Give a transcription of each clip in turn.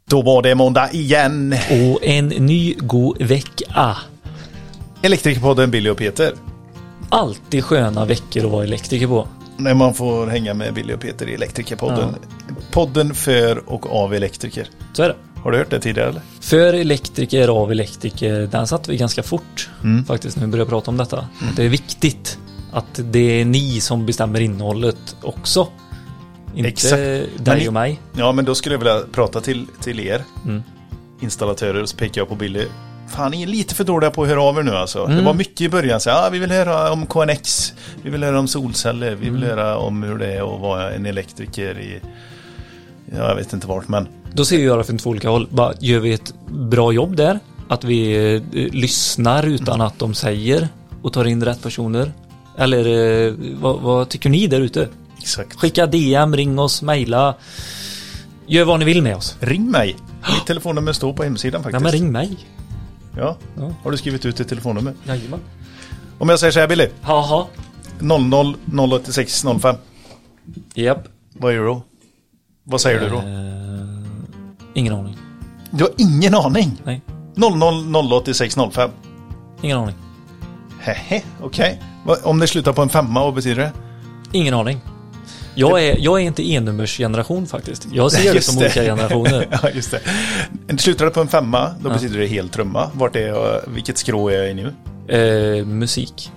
Då var det måndag igen. Och en ny god vecka. Elektrikerpodden Billy och Peter. Alltid sköna veckor att vara elektriker på. När man får hänga med Billy och Peter i Elektrikerpodden. Ja. Podden för och av elektriker. Så är det. Har du hört det tidigare eller? För elektriker, av elektriker. Den satt vi ganska fort faktiskt när vi började prata om detta. Det är viktigt att det är ni som bestämmer innehållet också. Inte Exakt. dig och mig. Ja, men då skulle jag vilja prata till er installatörer, så pekar jag på Billy. Fan, ni är lite för dåliga på att höra av er nu alltså. Det var mycket i början. Så, vi vill höra om KNX, vi vill höra om solceller, vi vill höra om hur det är att vara en elektriker i... Jag vet inte vart, men... Då ser vi göra från två olika håll. Bara, gör vi ett bra jobb där? Att vi lyssnar utan att de säger och tar in rätt personer? Eller vad tycker ni där ute? Exakt. Skicka DM, ring oss, mejla. Gör vad ni vill med oss. Ring mig. Mitt telefonnummer står på hemsidan faktiskt. Ja, men ring mig. Ja. Har du skrivit ut ett telefonnummer? Jajamän. Om jag säger så här, Billy. Haha. 00 086 05. Japp. Vad är det då? Vad säger du då? Ingen aning. Du har ingen aning? Nej. 00 086 05. Ingen aning. Hehe, okej. Om det slutar på en 5, vad betyder det? Ingen aning. Jag är inte enummersgeneration faktiskt. Jag ser det som olika generationer. Ja, just det. Slutar det på en 5, då betyder det hel trumma. Vilket skrå är jag i nu? Musik.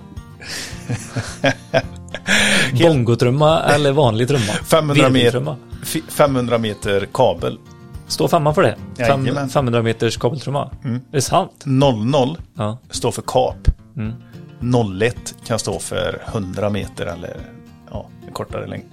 Bongotrumma eller vanlig trumma? 500 meter kabel. Står 5 för det? 500 meters kabeltrumma. Det är sant. 00 står för kap. 01 kan stå för 100 meter eller en kortare längd.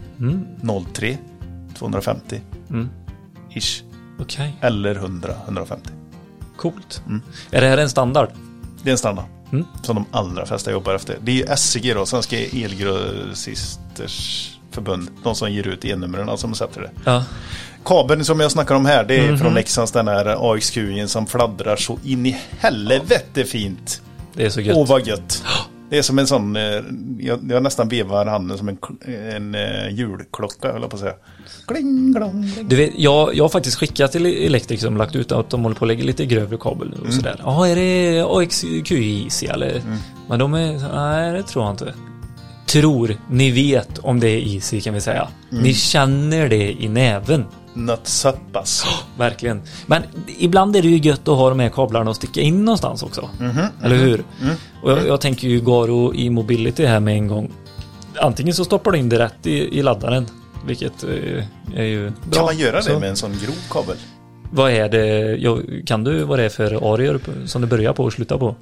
03 250 ish. Okej. Eller 100-150. Coolt. Är det här en standard? Det är en standard. Som de allra flesta jobbar efter. Det är ju SCG då, Svenska Elgrossisters förbund. De som ger ut e-numren som sätter det. Ja. Kabeln som jag snackar om här, det är från Nexans den här AXQ-en som fladdrar så in i helvete fint. Det är så gött. Åh, vad gött. Det är som en sån, jag nästan vevar handen som en julklocka, höll jag på att säga. Kling, glong. Du vet, jag har faktiskt skickat till elektriker som lagt ut att de håller på att lägga lite grövre kabel och sådär. Ja, är det AXQ-IC eller? Men de är, nej, det tror jag inte. Tror, ni vet om det är IC kan vi säga. Ni känner det i näven. Nötsappas. Verkligen. Men ibland är det ju gött att ha de här kablarna och sticka in någonstans också. Eller hur? Och jag tänker ju Garo i Mobility här med en gång. Antingen så stoppar du in det rätt i laddaren, vilket är ju bra. Kan man göra det med en sån grov kabel? Vad är det? Kan du vad det är för arier som det börjar på och slutar på?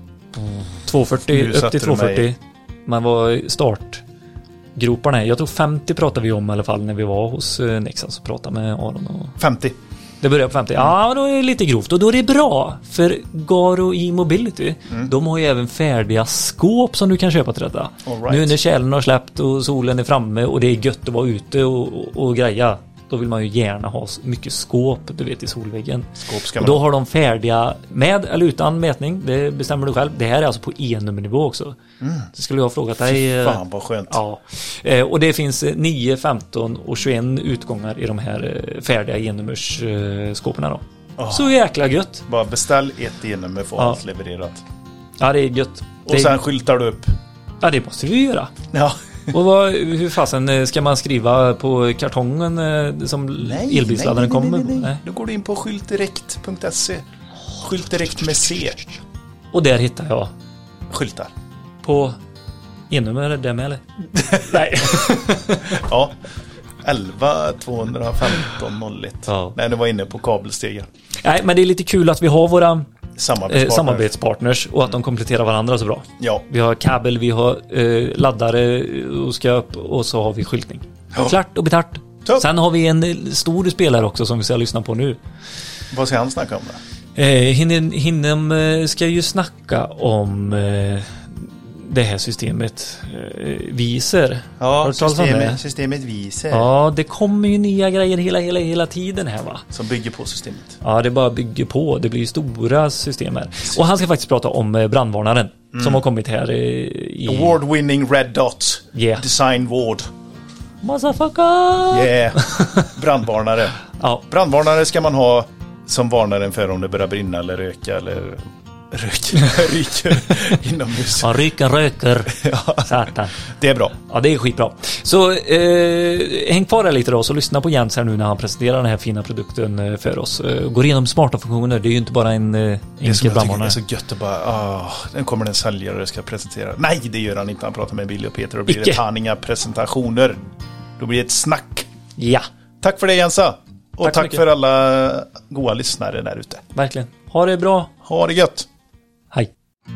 240 upp till 240. Man var startgroparna. Jag tror 50 pratade vi om i alla fall när vi var hos Nexans och pratade med Aron. 50. Det börjar på 50. Ja, då är det lite grovt. Och då är det bra. För Garo i Mobility, de har ju även färdiga skåp som du kan köpa till detta. Right. Nu när källen har släppt och solen är framme och det är gött att vara ute och greja. Då vill man ju gärna ha mycket skåp, du vet, i solväggen. Och då har de färdiga med eller utan mätning. Det bestämmer du själv. Det här är alltså på e-nummernivå också. Det skulle jag ha frågat dig. Fan vad skönt. Ja. Och det finns 9, 15 och 21 utgångar i de här färdiga e-nummersskåpen då. Så jäkla gött. Bara beställ ett e-nummer för allt levererat. Ja, det är gött. Och sen skyltar du upp. Ja, det måste vi göra. Ja. Och hur fasen ska man skriva på kartongen som elbilsladdaren kommer? Nej. Då går du in på skyltdirekt.se. Skyltdirekt med C. Och där hittar jag skyltar. På e-nummer där med eller? Nej. Ja. 11 215 01. Ja. Nej, det var inne på kabelstegen. Nej, men det är lite kul att vi har våra samarbetspartners och att de kompletterar varandra så bra. Ja. Vi har kabel, vi har laddare och sköp och så har vi skyltning. Ja. Klart och betart. Så. Sen har vi en stor spelare också som vi ska lyssna på nu. Vad ska han snacka om då? Hinnem ska ju snacka om det här systemet Viser. Ja, systemet Viser. Ja, det kommer ju nya grejer hela tiden här va. Som bygger på systemet. Ja, det bara bygger på. Det blir ju stora system här. Och han ska faktiskt prata om brandvarnaren som har kommit här i... Award-winning Red Dot. Yeah. Design Ward. Motherfucker! Yeah. Brandvarnare. Ja. Brandvarnare ska man ha som varnar en för om det börjar brinna eller röka eller ryker inomhus. Ja, röker. Ja. Satan. Det är bra. Ja, det är skitbra. Så häng kvar där lite då, så lyssna på Jens här nu när han presenterar den här fina produkten för oss. Går igenom smarta funktioner, det är ju inte bara en enkel brandvarnare. Det är så gött att bara, den kommer en säljare och ska presentera. Nej, det gör han inte. Han pratar med Billy och Peter och blir det inga presentationer. Då blir det ett snack. Ja. Tack för det, Jensa. Och tack för alla goda lyssnare där ute. Verkligen. Ha det bra. Ha det gött. Hej.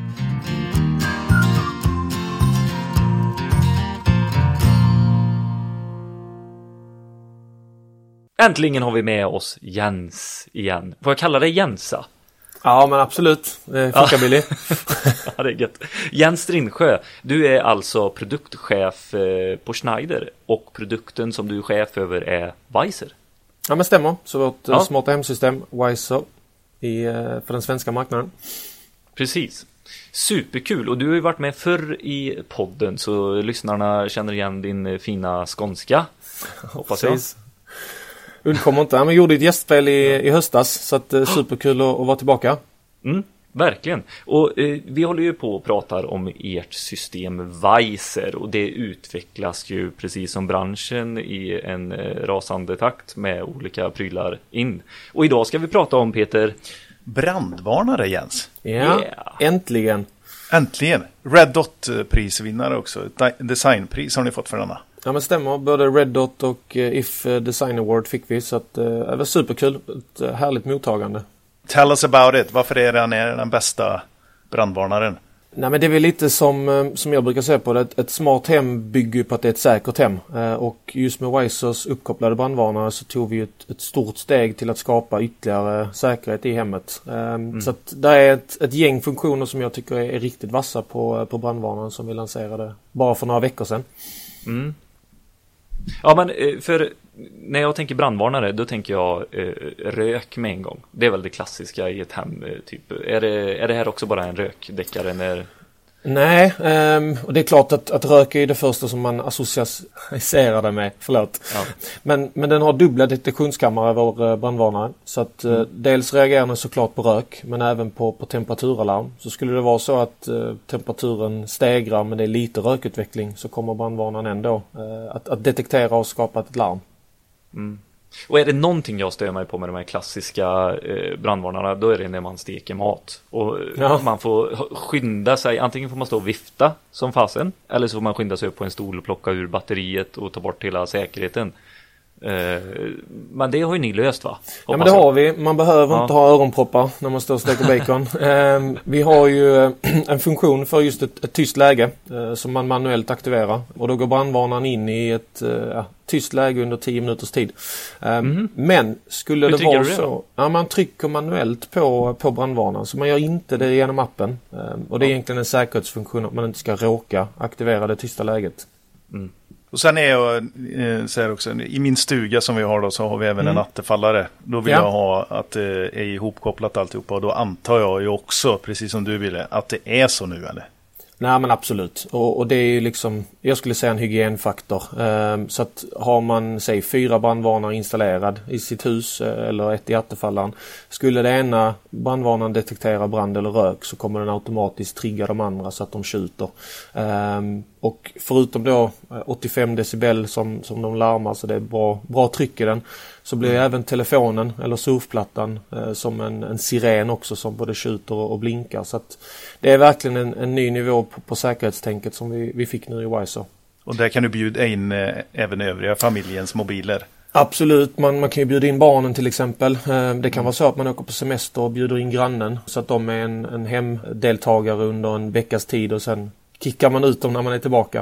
Äntligen har vi med oss Jens igen. Får jag kalla dig Jensa? Ja, men absolut. Det funkar Billy. Ja, det är gött. Jens Strinsjö, du är alltså produktchef på Schneider. Och produkten som du är chef över är Weiser. Ja, men stämmer. Så vårt smarta hemsystem Weiser för den svenska marknaden. Precis. Superkul. Och du har ju varit med förr i podden, så lyssnarna känner igen din fina skånska. Hoppas jag. Undkommer inte. Men gjorde ett gästspel i höstas, så att superkul att vara tillbaka. Verkligen. Och vi håller ju på och pratar om ert system Weiser, och det utvecklas ju precis som branschen i en rasande takt med olika prylar in. Och idag ska vi prata om, Peter, brandvarnare, Jens. Ja, äntligen. Äntligen. Red Dot-prisvinnare också. Designpris har ni fått för denna. Ja, men stämmer. Både Red Dot och If Design Award fick vi, så att det var superkul. Ett härligt mottagande. Tell us about it. Varför är den bästa brandvarnaren? Nej, men det är väl lite som jag brukar säga på det. Ett smart hem bygger på att det är ett säkert hem. Och just med Weisers uppkopplade brandvarnare så tog vi ett stort steg till att skapa ytterligare säkerhet i hemmet. Så att det är ett gäng funktioner som jag tycker är riktigt vassa på brandvarnaren, som vi lanserade bara för några veckor sedan. Ja, men för när jag tänker brandvarnare, då tänker jag rök med en gång. Det är väl det klassiska i ett hem, typ. Är det här också bara en rökdeckare när... Nej, och det är klart att rök är det första som man associerar det med. Förlåt. Ja. Men den har dubbla detektionskammare, vår brandvarnare. Så att dels reagerar den såklart på rök, men även på temperaturalarm. Så skulle det vara så att temperaturen stegrar men det är lite rökutveckling, så kommer brandvarnaren ändå att detektera och skapa ett larm. Och är det någonting jag stör mig på med de här klassiska brandvarnarna, då är det när man steker mat. Och man får skynda sig, antingen får man stå och vifta som fasen, eller så får man skynda sig upp på en stol och plocka ur batteriet och ta bort hela säkerheten. Men det har ju ni löst, va? Hoppas ja, men det har vi. Man behöver inte ha öronproppar när man står och steker bacon. Vi har ju en funktion för just ett tyst läge som man manuellt aktiverar. Och då går brandvarnaren in i ett tyst läge under 10 minuters tid. Men skulle det vara så... Ja, man trycker manuellt på brandvarnaren, så man gör inte det genom appen. Och det är egentligen en säkerhetsfunktion att man inte ska råka aktivera det tysta läget. Och sen är jag säger också, i min stuga som vi har då, så har vi även en attefallare. Då vill jag ha att det är ihopkopplat alltihopa, och då antar jag ju också, precis som du ville, att det är så nu, eller? Nej, men absolut. Och det är ju liksom, jag skulle säga en hygienfaktor. Så att har man, säg 4 brandvarnare installerad i sitt hus eller ett i attefallaren. Skulle det ena brandvarnaren detektera brand eller rök, så kommer den automatiskt trigga de andra så att de skjuter. Och förutom då 85 decibel som de larmar, så det är bra tryck i den, så blir även telefonen eller surfplattan som en siren också, som både skjuter och blinkar. Så att det är verkligen en ny nivå på säkerhetstänket som vi fick nu i Weiser. Och där kan du bjuda in även övriga familjens mobiler? Absolut, man kan ju bjuda in barnen till exempel. Det kan vara så att man åker på semester och bjuder in grannen, så att de är en hemdeltagare under en veckas tid, och sen kickar man ut dem när man är tillbaka.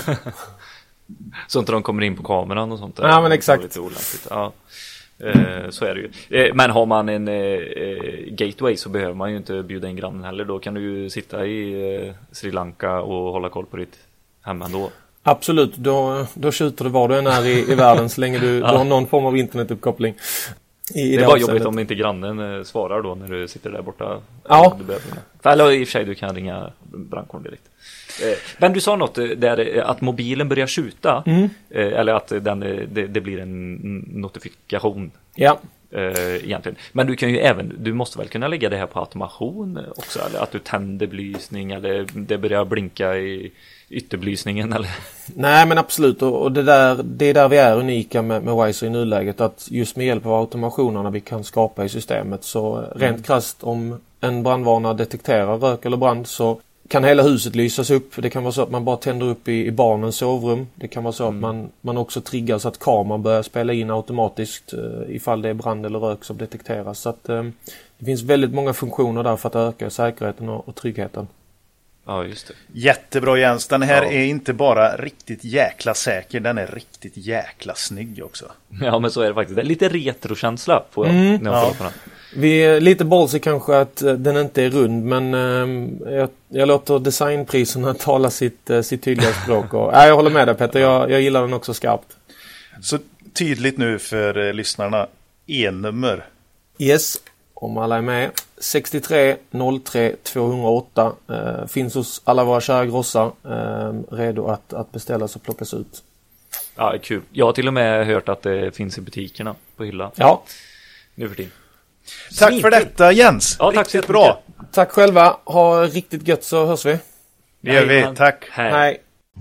Så inte de kommer in på kameran och sånt där. Ja, men exakt. Ja, så är det ju. Men har man en gateway, så behöver man ju inte bjuda in grannen heller. Då kan du ju sitta i Sri Lanka och hålla koll på ditt hem ändå. Absolut, då skjuter du var du än är i världen, så länge du har någon form av internetuppkoppling. Det är bara jobbigt om inte grannen svarar då när du sitter där borta. Ja. Eller i och för sig, du kan ringa brandkåren direkt. Men du sa något där att mobilen börjar skjuta. Eller att det blir en notifikation. Ja. Egentligen. Men du kan ju du måste väl kunna lägga det här på automation också, eller att du tänder belysning eller det börjar blinka i ytterbelysningen eller? Nej, men absolut, och det är där vi är unika med Wiser i nuläget, att just med hjälp av automationerna vi kan skapa i systemet, så rent krasst om en brandvarnare detekterar rök eller brand så kan hela huset lysas upp. Det kan vara så att man bara tänder upp i barnens sovrum. Det kan vara så att man också triggar så att kameran börjar spela in automatiskt ifall det är brand eller rök som detekteras. Så att det finns väldigt många funktioner där för att öka säkerheten och tryggheten. Ja, just det. Jättebra, Jens. Den här är inte bara riktigt jäkla säker, den är riktigt jäkla snygg också. Ja, men så är det faktiskt. Det är lite retrokänsla på när jag kollar på den. Vi är lite ballsy kanske att den inte är rund, men jag låter designpriserna tala sitt tydliga språk. Och, jag håller med dig, Petter, jag gillar den också skarpt. Så tydligt nu för lyssnarna, E-nummer. Yes, om alla är med. 63 03 208 finns hos alla våra kära grossar, redo att beställas och plockas ut. Ja, kul. Jag har till och med hört att det finns i butikerna på hylla. Ja. Nu för tiden. Tack för detta, Jens. Ja, tack så bra. Tack själva. Ha riktigt gött, så hörs vi. Det gör vi. Tack. Hej.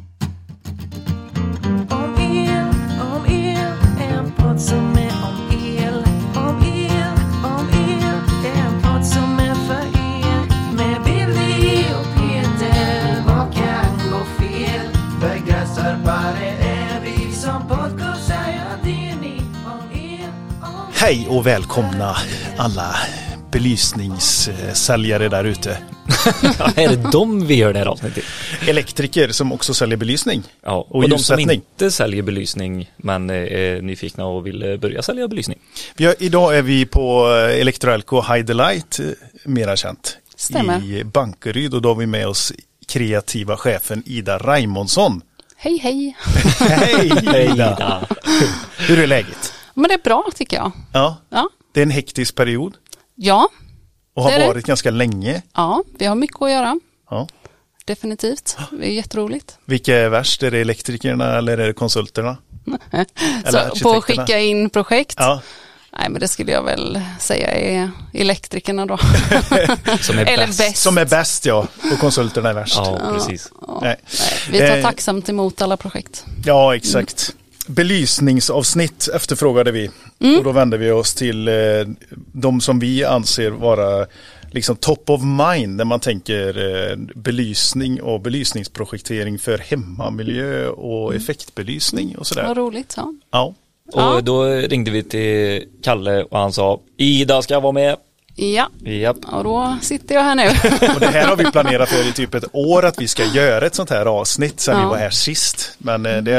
Hej och välkomna alla belysningssäljare där ute. Är det de vi gör det här avsnittet? Elektriker som också säljer belysning. Ja, och de som inte säljer belysning men är nyfikna och vill börja sälja belysning. Idag är vi på Electroelco High Delight, mera känt. Stämmer. I Bankeryd, och då har vi med oss kreativa chefen Ida Raimondsson. Hej, hej. Hej Ida. Hur är läget? Men det är bra, tycker jag. Ja. Det är en hektisk period. Ja. Och har varit ganska länge. Ja, vi har mycket att göra. Ja. Definitivt. Det är jätteroligt. Vilka är värst? Är det elektrikerna eller är det konsulterna? Eller så på att skicka in projekt? Ja. Nej, men det skulle jag väl säga är elektrikerna då. Som är eller bäst. Som är bäst, ja. Och konsulterna är värst. Ja, precis. Ja. Nej. Vi tar tacksamt emot alla projekt. Ja, exakt. Belysningsavsnitt efterfrågade vi. Och då vände vi oss till de som vi anser vara liksom top of mind när man tänker belysning och belysningsprojektering för hemmamiljö och effektbelysning och sådär. Vad roligt, ja. Ja. Och då ringde vi till Kalle och han sa: Ida ska vara med. Ja, och då sitter jag här nu. Och det här har vi planerat för i typ ett år, att vi ska göra ett sånt här avsnitt sen vi var här sist. Men det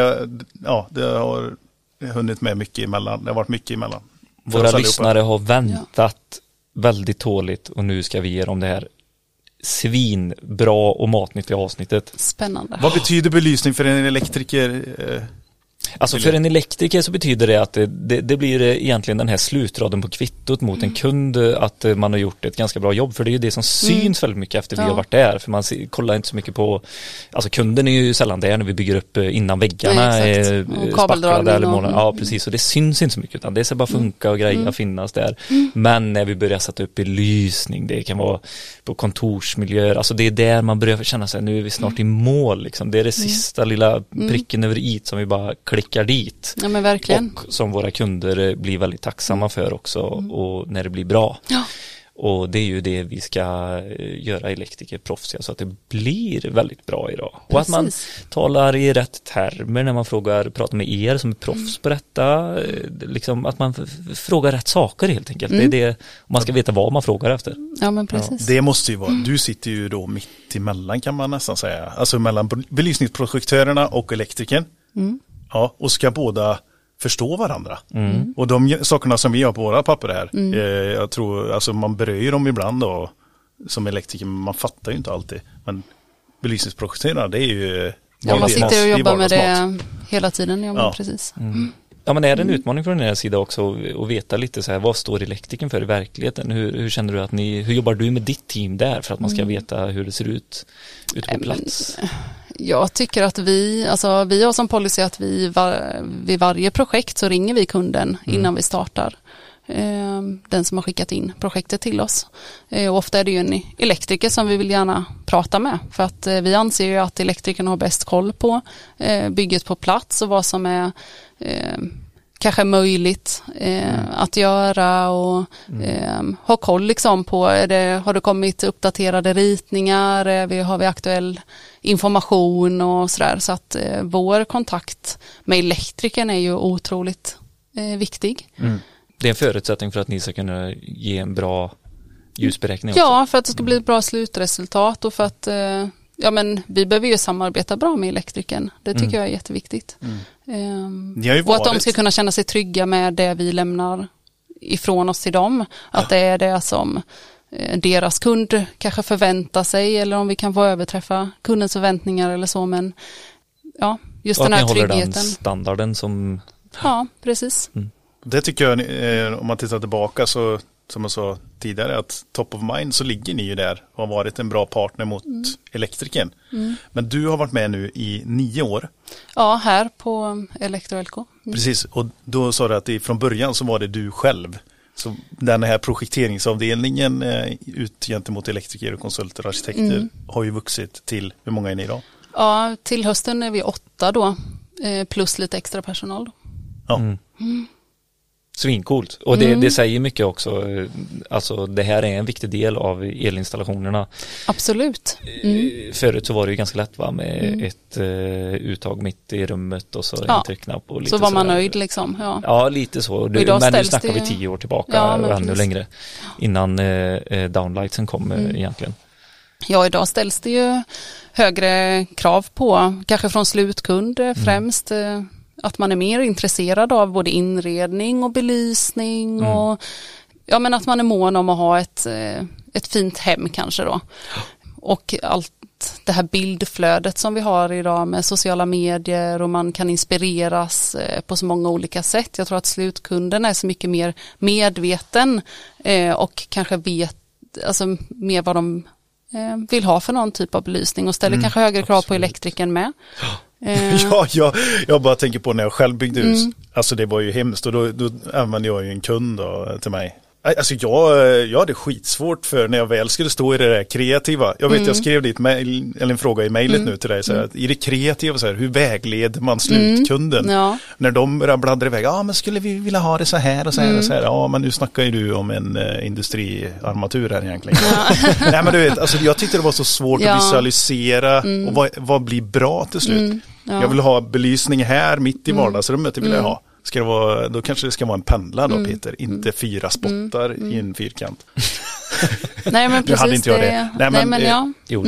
har hunnit med mycket emellan. Det har varit mycket emellan. Våra lyssnare har väntat väldigt tåligt och nu ska vi ge dem det här svinbra och matnyttiga avsnittet. Spännande. Vad betyder belysning för en elektriker? Alltså för en elektriker så betyder det att det blir egentligen den här slutraden på kvittot mot en kund, att man har gjort ett ganska bra jobb, för det är ju det som syns väldigt mycket efter vi har varit där, för man kollar inte så mycket på, alltså kunden är ju sällan där när vi bygger upp innan väggarna är spacklade eller månader. Ja, precis, och det syns inte så mycket, utan det ska bara funka och grejer finnas där. Men när vi börjar sätta upp belysning, det kan vara på kontorsmiljöer, alltså det är där man börjar känna sig, nu är vi snart i mål liksom. Det är det sista lilla pricken över i som vi bara klickar dit. Ja, men verkligen. Och som våra kunder blir väldigt tacksamma för också, och när det blir bra. Ja. Och det är ju det vi ska göra elektriker proffsiga, så att det blir väldigt bra idag. Precis. Och att man talar i rätt termer när man pratar med er som är proffs på detta. Liksom att man frågar rätt saker helt enkelt. Det är det, man ska veta vad man frågar efter. Ja, men precis. Ja, det måste ju vara, du sitter ju då mitt emellan, kan man nästan säga. Alltså mellan belysningsprojektörerna och elektrikern. Ja, och ska båda förstå varandra. Och de sakerna som vi har på våra papper här, jag tror, alltså man beröjer dem ibland då, som elektriker, men man fattar ju inte alltid. Men belysningsprojektörerna, det är ju... Ja, man sitter och jobbar med det hela tiden, ja, precis. Ja, men är det en utmaning från den här sidan också att veta lite så här, vad står elektrikern för i verkligheten? Hur känner du hur jobbar du med ditt team där för att man ska veta hur det ser ut ute på plats? Jag tycker att vi har som policy att vid varje projekt så ringer vi kunden innan vi startar. Den som har skickat in projektet till oss. Och ofta är det ju en elektriker som vi vill gärna prata med, för att vi anser ju att elektrikern har bäst koll på bygget på plats och vad som är kanske möjligt att göra och ha koll liksom på, har det kommit uppdaterade ritningar, har vi aktuell information och sådär, så att vår kontakt med elektrikern är ju otroligt viktig. Det är en förutsättning för att ni ska kunna ge en bra ljusberäkning också. Ja, för att det ska bli ett bra slutresultat och för att vi behöver ju samarbeta bra med elektrikern. Det tycker jag är jätteviktigt. Och att de ska kunna känna sig trygga med det vi lämnar ifrån oss till dem. Att det är det som deras kund kanske förväntar sig, eller om vi kan få överträffa kundens förväntningar eller så, men ja, just den här tryggheten. Och att ni håller den standarden som... Ja, precis. Det tycker jag, om man tittar tillbaka, så som jag sa tidigare, att top of mind så ligger ni ju där och har varit en bra partner mot elektrikern. Men du har varit med nu i 9 år. Ja, här på Elektro-LK. Precis, och då sa du att från början så var det du själv. Så den här projekteringsavdelningen ut gentemot elektriker och konsulter och arkitekter har ju vuxit till, hur många är ni idag? Ja, till hösten är vi 8 då, plus lite extra personal då. Ja. Svincoolt. Och det säger mycket också. Alltså det här är en viktig del av elinstallationerna. Absolut. Förut så var det ju ganska lätt med ett uttag mitt i rummet och så en tryckknapp. Och lite så var man nöjd liksom. Ja, lite så. Men nu snackar vi 10 år tillbaka och ännu längre. Innan downlightsen kom egentligen. Ja, idag ställs det ju högre krav på, kanske från slutkund främst, att man är mer intresserad av både inredning och belysning och men att man är mån om att ha ett fint hem kanske då. Och allt det här bildflödet som vi har idag med sociala medier, och man kan inspireras på så många olika sätt. Jag tror att slutkunden är så mycket mer medveten och kanske vet mer vad de vill ha för någon typ av belysning och ställer kanske högre krav på elektrikern med. Jag bara tänker på när jag själv byggde hus. Alltså det var ju hemskt, och då använde jag ju en kund då, till mig. Alltså jag hade skitsvårt för när jag väl skulle stå i det där kreativa. Jag vet, jag skrev dit en fråga i mejlet nu till dig. Så här, i det kreativa, så här, hur vägleder man slutkunden? När de bladrar iväg, men skulle vi vilja ha det så här och så här och så här. Ja, men nu snackar ju du om en industriarmatur här egentligen. Nej, men du vet, alltså, jag tyckte det var så svårt att visualisera och vad blir bra till slut. Jag vill ha belysning här mitt i vardagsrummet, det vill jag ha. Ska det vara, då kanske det ska vara en pendlar då, Peter, inte 4 spottar i en fyrkant. Nej, men precis. Nu hade inte jag det. Nej, men ja. Jo,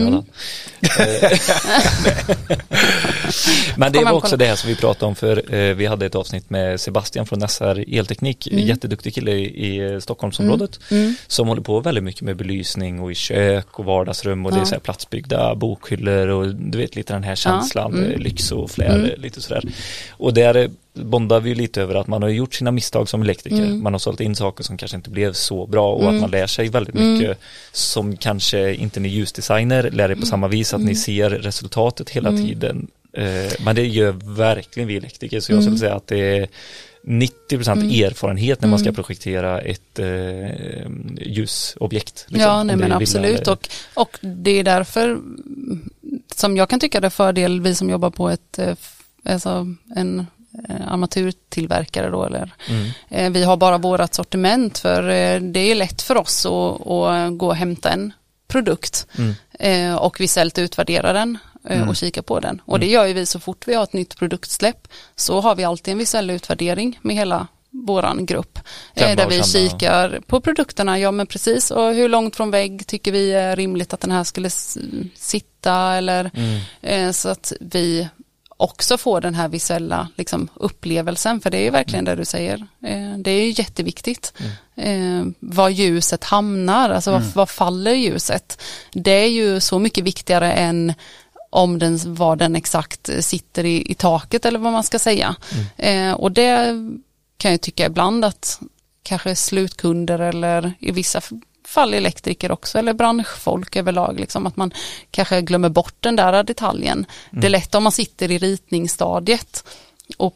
men det var också det här som vi pratade om, för vi hade ett avsnitt med Sebastian från SR Elteknik, jätteduktig kille i Stockholmsområdet, som håller på väldigt mycket med belysning och i kök och vardagsrum, och det är så här platsbyggda bokhyllor och du vet lite den här känslan, lyx och flär, lite sådär. Och där bondar vi ju lite över att man har gjort sina misstag som elektriker. Man har sålt in saker som kanske inte blev så bra, och att man lär sig väldigt mycket som kanske inte ni ljusdesigner lär er på samma vis, att ni ser resultatet hela tiden. Men det gör verkligen vi elektriker, så jag skulle säga att det är 90% erfarenhet när man ska projektera ett ljusobjekt. Liksom, ja, nej, men absolut. Och det är därför som jag kan tycka det är fördel, vi som jobbar på en armaturtillverkare då, eller vi har bara vårat sortiment, för det är lätt för oss att gå och hämta en produkt och visuellt utvärdera den och kika på den. Och det gör ju vi så fort vi har ett nytt produktsläpp, så har vi alltid en visuell utvärdering med hela våran grupp där vi kikar på produkterna, ja men precis, och hur långt från vägg tycker vi är rimligt att den här skulle sitta, eller så att vi också får den här visuella liksom, upplevelsen, för det är ju verkligen det du säger. Det är ju jätteviktigt. Var ljuset hamnar, alltså var faller ljuset. Det är ju så mycket viktigare än var den exakt sitter i taket eller vad man ska säga. Och det kan jag tycka ibland att kanske slutkunder eller i vissa fall elektriker också eller branschfolk överlag liksom, att man kanske glömmer bort den där detaljen. Det är lätt om man sitter i ritningsstadiet och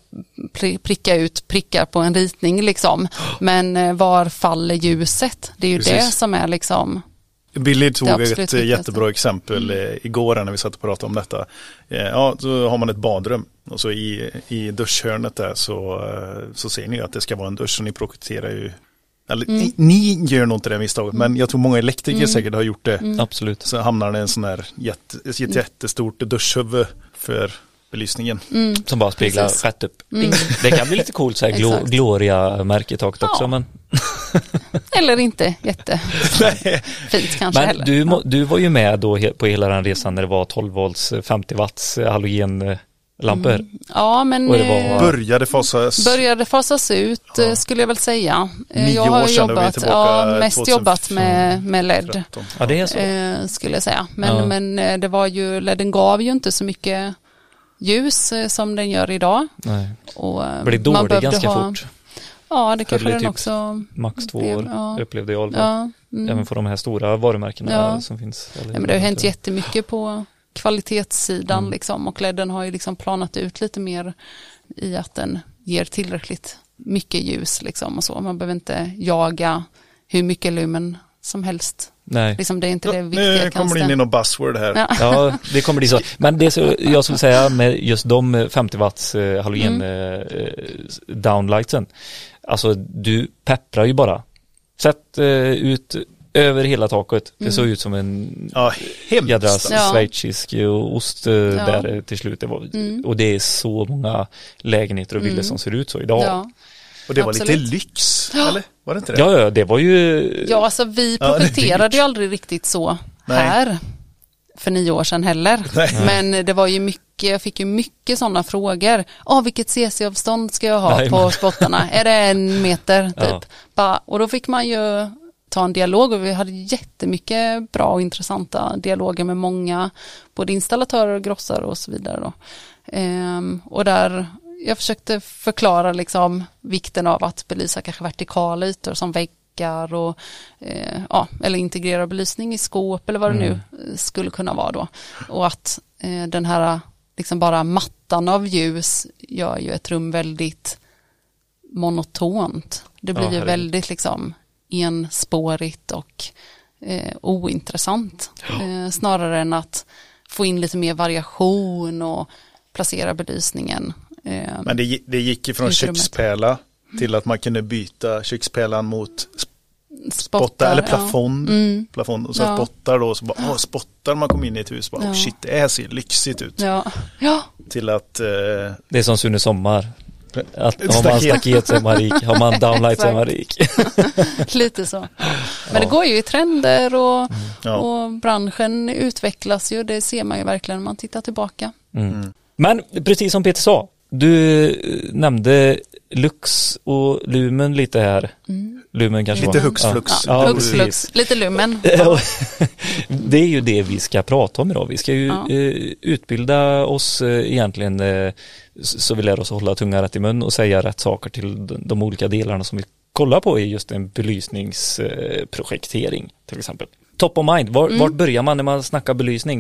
prickar på en ritning liksom. Men var faller ljuset? Det är ju det som är liksom. Billy tog ett jättebra exempel igår när vi satt och pratade om detta. Ja, så har man ett badrum och så i duschhörnet där så ser ni att det ska vara en dusch och ni projekterar ju. Eller, ni gör nog inte det misstaget, men jag tror många elektriker säkert har gjort det. Absolut. Så hamnar det en sån här jättestort duschhuvud för belysningen. Som bara speglar rätt upp. Det kan bli lite coolt så här Gloria-märke i taket också. Men... Eller inte jättefint kanske men heller. Du var ju med då på hela den resan när det var 12 volts 50 watts halogenlampor. Ja, men började fasas ut skulle jag väl säga. 9 jag har år sedan jobbat, mest jobbat med LED. Ja, det är så. Skulle jag säga. Men det var ju, LEDen gav ju inte så mycket ljus som den gör idag. Nej. Och blir dålig ganska fort. Ja, det kanske den typ också. Max 2 år upplevde jag. Även för de här stora varumärkena som finns. Men det har hänt jättemycket på kvalitetssidan liksom, och LEDen har ju liksom planat ut lite mer i att den ger tillräckligt mycket ljus liksom och så. Man behöver inte jaga hur mycket lumen som helst. Nej. Liksom, det är inte det viktiga. Nu kommer det in i någon buzzword här. Ja, det kommer bli så. Men det så, jag skulle säga med just de 50 watts halogen downlightsen. Alltså du pepprar ju bara. Sätt ut över hela taket. Det såg ut som en jädra schweizisk ost där till slut. Det var, och det är så många lägenheter och villor som ser ut så idag. Ja. Och det var lite lyx, eller? Var det inte det? Ja, det var ju... Ja, alltså vi projekterade ju aldrig riktigt så här för 9 år sedan heller. Nej. Men det var ju mycket, jag fick ju mycket sådana frågor. Vilket CC-avstånd ska jag ha på spottarna? Är det 1 meter typ? Och då fick man ju ta en dialog och vi hade jättemycket bra och intressanta dialoger med många, både installatörer och grossare och så vidare då. Och där jag försökte förklara liksom vikten av att belysa kanske vertikala ytor som väggar och eller integrera belysning i skåp eller vad det nu skulle kunna vara då. Och att den här liksom bara mattan av ljus gör ju ett rum väldigt monotont. Det blir ju väldigt liksom enspårigt och ointressant. Snarare än att få in lite mer variation och placera belysningen. Men det gick ifrån kökspärla till att man kunde byta kökspärlan mot spottar eller plafond. Plafond. Och så spottar då. Så bara, spottar man kom in i ett hus. Bara, shit, det här ser lyxigt ut. Ja. Till att... det är som Sune Sommar. Att har man staket så är man rik. Har man downlight så är man rik. Lite så. Men det går ju i trender och branschen utvecklas ju. Det ser man ju verkligen när man tittar tillbaka. Men precis som Peter sa, du nämnde lux och lumen lite här. Lumen kanske lite huxflux. Huxflux, lite lumen. Det är ju det vi ska prata om idag. Vi ska ju utbilda oss egentligen så vi lär oss att hålla tungan rätt i mun och säga rätt saker till de olika delarna som vi kollar på i just en belysningsprojektering till exempel. Top of mind, vart börjar man när man snackar belysning?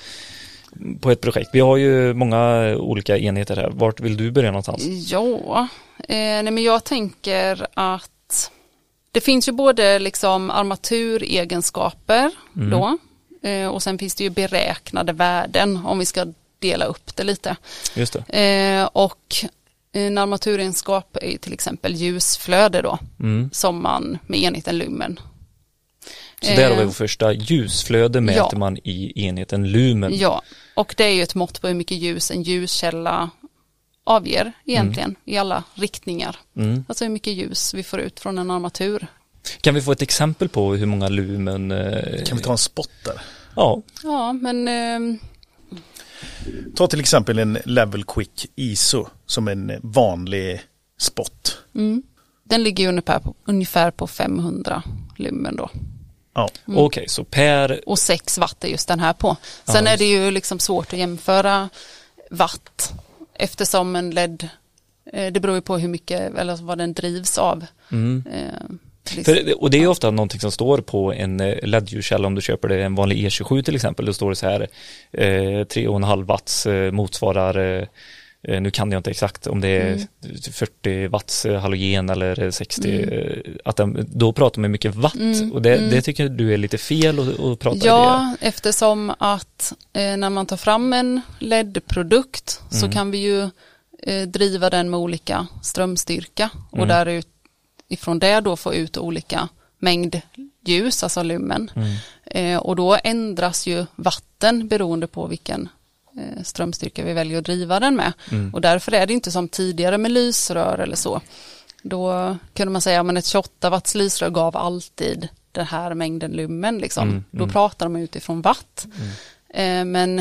På ett projekt. Vi har ju många olika enheter här. Vart vill du börja någonstans? Ja, men jag tänker att det finns ju både liksom armaturegenskaper då och sen finns det ju beräknade värden om vi ska dela upp det lite. Just det. Och en armaturegenskap är till exempel ljusflöde då som man med enheten lumen. Så där har vi vår första ljusflöde mäter man i enheten lumen. Ja, och det är ju ett mått på hur mycket ljus en ljuskälla avger egentligen i alla riktningar. Alltså hur mycket ljus vi får ut från en armatur. Kan vi få ett exempel på hur många lumen? Kan vi ta en spot där? Ja, men... Ta till exempel en Level Quick ISO som en vanlig spot. Den ligger ju ungefär på 500 lumen då. Ja. Okej, så per... Och 6 watt är just den här på. Sen är det ju liksom svårt att jämföra watt eftersom en LED, det beror ju på hur mycket eller vad den drivs av. Och det är ju ofta någonting som står på en LED-ljuskälla om du köper det en vanlig E27 till exempel. Då står det så här 3,5 watts motsvarar, nu kan jag inte exakt om det är 40 watts halogen eller 60, då pratar man mycket watt och det tycker du är lite fel att prata Ja, eftersom att när man tar fram en LED-produkt så kan vi ju driva den med olika strömstyrka och ifrån det då få ut olika mängd ljus, alltså lumen. Och då ändras ju watten beroende på vilken strömstyrka vi väljer att driva den med. Och därför är det inte som tidigare med lysrör eller så. Då kunde man säga att ett 28 watts lysrör gav alltid den här mängden lumen. Liksom. Då pratar man utifrån watt. Men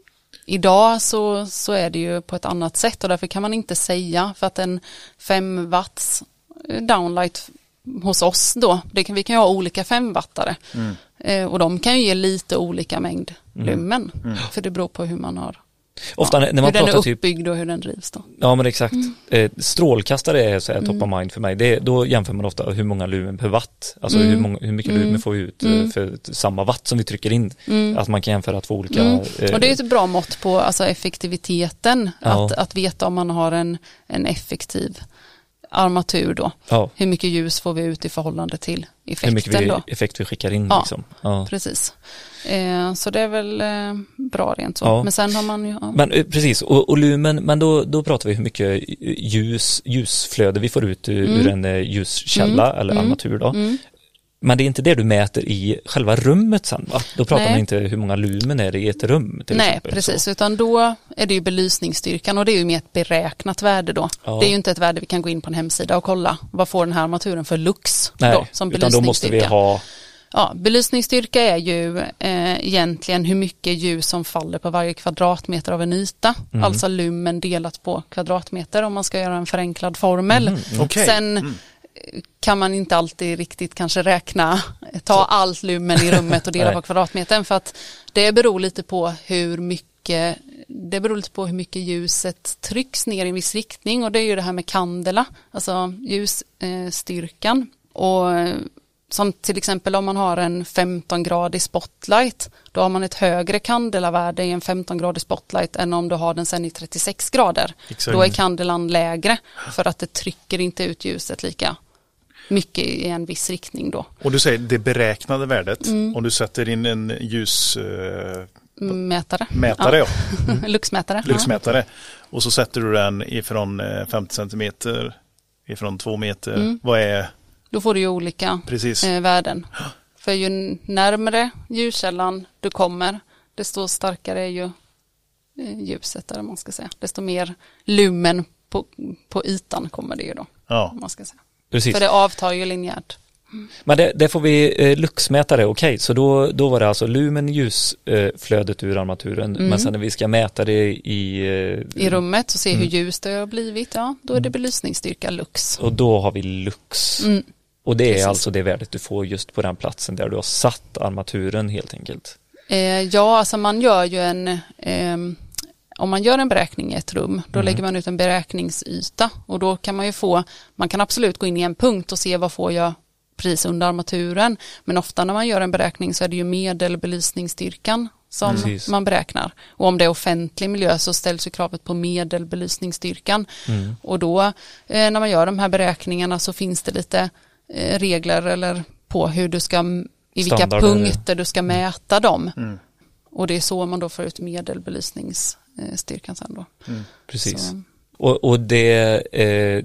idag så är det ju på ett annat sätt och därför kan man inte säga för att en 5 watts downlight hos oss då, vi kan ju ha olika 5-wattare och de kan ju ge lite olika mängd lumen för det beror på hur man har ofta när man hur pratar den är uppbyggd och hur den drivs då. Ja men exakt. Strålkastare är så här top of mind för mig. Då jämför man ofta hur många lumen per watt. Alltså hur mycket lumen får vi ut för samma watt som vi trycker in. Att man kan jämföra 2 olika... Och det är ett bra mått på alltså effektiviteten. Att veta om man har en effektiv armatur då. Hur mycket ljus får vi ut i förhållande till effekten hur mycket då? Effekt vi skickar in liksom. Precis. Så det är väl bra rent så. Men sen har man ju... Men precis, och lumen, men då pratar vi hur mycket ljusflöde vi får ut ur en ljuskälla eller armatur då. Men det är inte det du mäter i själva rummet sen va? Då pratar man inte hur många lumen är det i ett rum till exempel. Precis, utan då är det ju belysningsstyrkan och det är ju mer ett beräknat värde då. Det är ju inte ett värde vi kan gå in på en hemsida och kolla vad får den här armaturen för lux då, som belysningsstyrka. Utan då måste vi ha... Ja, belysningsstyrka är ju egentligen hur mycket ljus som faller på varje kvadratmeter av en yta. Alltså lumen delat på kvadratmeter om man ska göra en förenklad formel. Sen kan man inte alltid riktigt kanske ta allt lumen i rummet och dela på kvadratmetern för att det beror lite på hur mycket ljuset trycks ner i en viss riktning och det är ju det här med kandela, alltså ljusstyrkan och som till exempel om man har en 15-gradig spotlight då har man ett högre kandelavärde i en 15-gradig spotlight än om du har den sen i 36 grader. Exakt. Då är kandelan lägre för att det trycker inte ut ljuset lika mycket i en viss riktning då. Och du säger det beräknade värdet om du sätter in en mätare, luxmätare och så sätter du den ifrån 50 centimeter ifrån 2 meter. Vad är... Då får du ju olika värden. För ju närmare ljuskällan du kommer, desto starkare är ju ljuset, eller man ska säga. Desto mer lumen på ytan kommer det ju då. Man ska säga. Precis. För det avtar ju linjärt. Men det får vi luxmätare, okej. Så då var det alltså lumen ljusflödet ur armaturen. Men sen när vi ska mäta det i rummet och se hur ljust det har blivit, då är det belysningsstyrka lux. Och då har vi lux. Och det är alltså det värdet du får just på den platsen där du har satt armaturen helt enkelt. Alltså man gör ju om man gör en beräkning i ett rum, då lägger man ut en beräkningsyta och då kan man kan absolut gå in i en punkt och se vad får jag pris under armaturen, men ofta när man gör en beräkning så är det ju medelbelysningsstyrkan som man beräknar. Och om det är offentlig miljö så ställs ju kravet på medelbelysningsstyrkan. Och då när man gör de här beräkningarna så finns det lite regler eller på hur du ska, i vilka punkter du ska mäta dem. Och det är så man då får ut medelbelysningsstyrkan sen då. Precis. Så. Och det är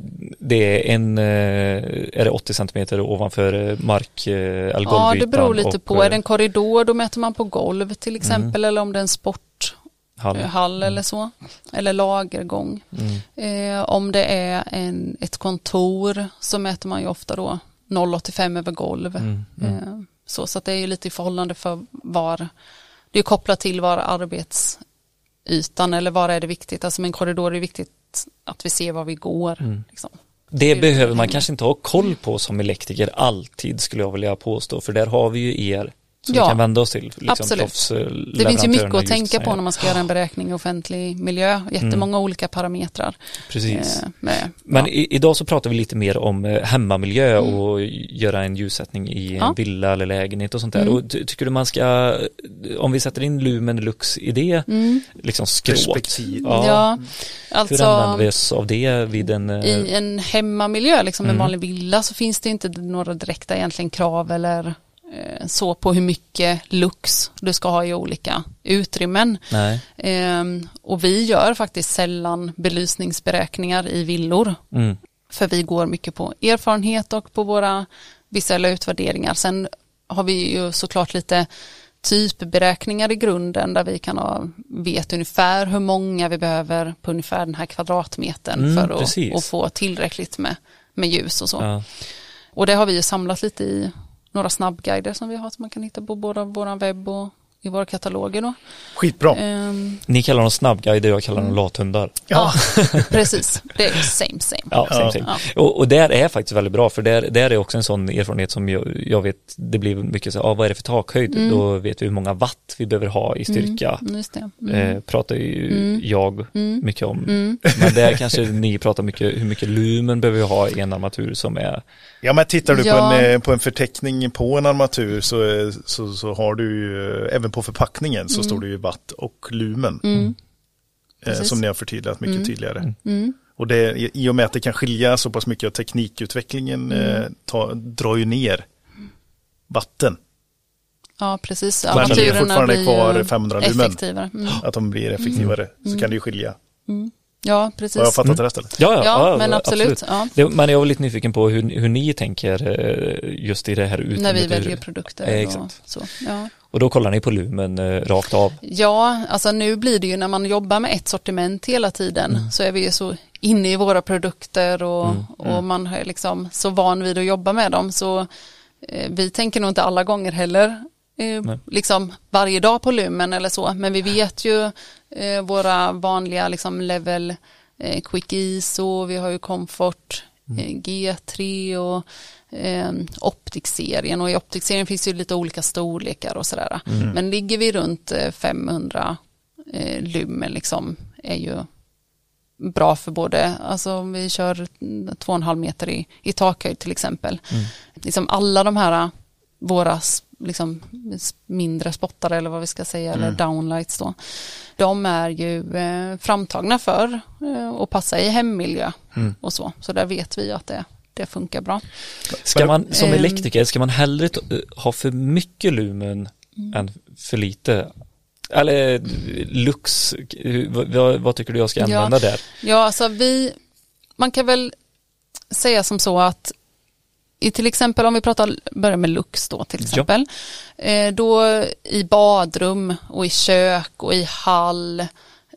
är det 80 centimeter ovanför mark eller golvytan? Ja, det beror lite på. Är det en korridor då mäter man på golv till exempel eller om det är en sporthall eller så. Eller lagergång. Om det är ett kontor så mäter man ju ofta då 0,85 över golv. Så att det är ju lite i förhållande för det är kopplat till var arbetsytan eller var är det viktigt. Alltså med en korridor är det viktigt att vi ser var vi går. Liksom. Det behöver man kanske inte ha koll på som elektriker alltid, skulle jag vilja påstå, för där har vi ju er som vi kan vända oss till. Liksom, absolut. Det finns ju mycket att tänka på när man ska göra en beräkning i offentlig miljö. Jättemånga olika parametrar. Precis. Men idag så pratar vi lite mer om hemmamiljö och göra en ljussättning i en villa eller lägenhet och sånt där. Och tycker du man ska, om vi sätter in lumen lux i det, liksom skråt. Ja, alltså, hur använder vi oss av det vid i en hemmamiljö, liksom en vanlig villa, så finns det inte några direkta egentligen krav eller så på hur mycket lux du ska ha i olika utrymmen. Nej. Och vi gör faktiskt sällan belysningsberäkningar i villor. För vi går mycket på erfarenhet och på våra visuella utvärderingar. Sen har vi ju såklart lite typberäkningar i grunden där vi kan vet ungefär hur många vi behöver på ungefär den här kvadratmetern för att få tillräckligt med ljus och så. Ja. Och det har vi ju samlat lite i några snabbguider som vi har som man kan hitta på både vår webb och i våra kataloger då. Skitbra. Ni kallar dem snabbguider, jag kallar dem lathundar. Ja, precis. Det är same. Ja, same. Ja. Och där är faktiskt väldigt bra, för där är också en sån erfarenhet som jag vet, det blir mycket så, vad är det för takhöjd? Då vet vi hur många watt vi behöver ha i styrka. Just det. Pratar ju jag mycket om. Men där kanske ni pratar mycket, hur mycket lumen behöver vi ha i en armatur som är... Ja, men tittar du på en förteckning på en armatur så har du ju, även på förpackningen så står det ju watt och lumen. Som ni har förtydligat mycket tydligare. Och det, i och med att det kan skilja så pass mycket av teknikutvecklingen drar ju ner vatten. Ja, precis. Men det är fortfarande kvar 500 lumen. Effektivare. Att de blir effektivare. Så kan det ju skilja. Ja, precis. Har jag fattat rätt eller? Ja, men absolut. Ja. Men jag var lite nyfiken på hur ni tänker just i det här utrymmet. När vi väljer produkter. Exakt. Och så. Ja. Och då kollar ni på lumen rakt av? Ja, alltså nu blir det ju när man jobbar med ett sortiment hela tiden så är vi ju så inne i våra produkter och man är liksom så van vid att jobba med dem, så vi tänker nog inte alla gånger heller liksom varje dag på lumen eller så, men vi vet ju våra vanliga liksom level Quick ISO, vi har ju Comfort G3 och Optic-serien, och i Optic-serien finns ju lite olika storlekar och sådär, men ligger vi runt 500 lumen liksom är ju bra för både, alltså vi kör 2,5 meter i takhöjd till exempel. Liksom alla de här våra liksom mindre spottare eller vad vi ska säga, eller downlights då, de är ju framtagna för att passa i hemmiljö och så där vet vi att det funkar bra. Ska man som elektriker, ska man hellre ha för mycket lumen än för lite? Eller lux, vad tycker du jag ska använda där? Ja, alltså man kan väl säga som så att till exempel om vi börjar med lux då till exempel, då i badrum och i kök och i hall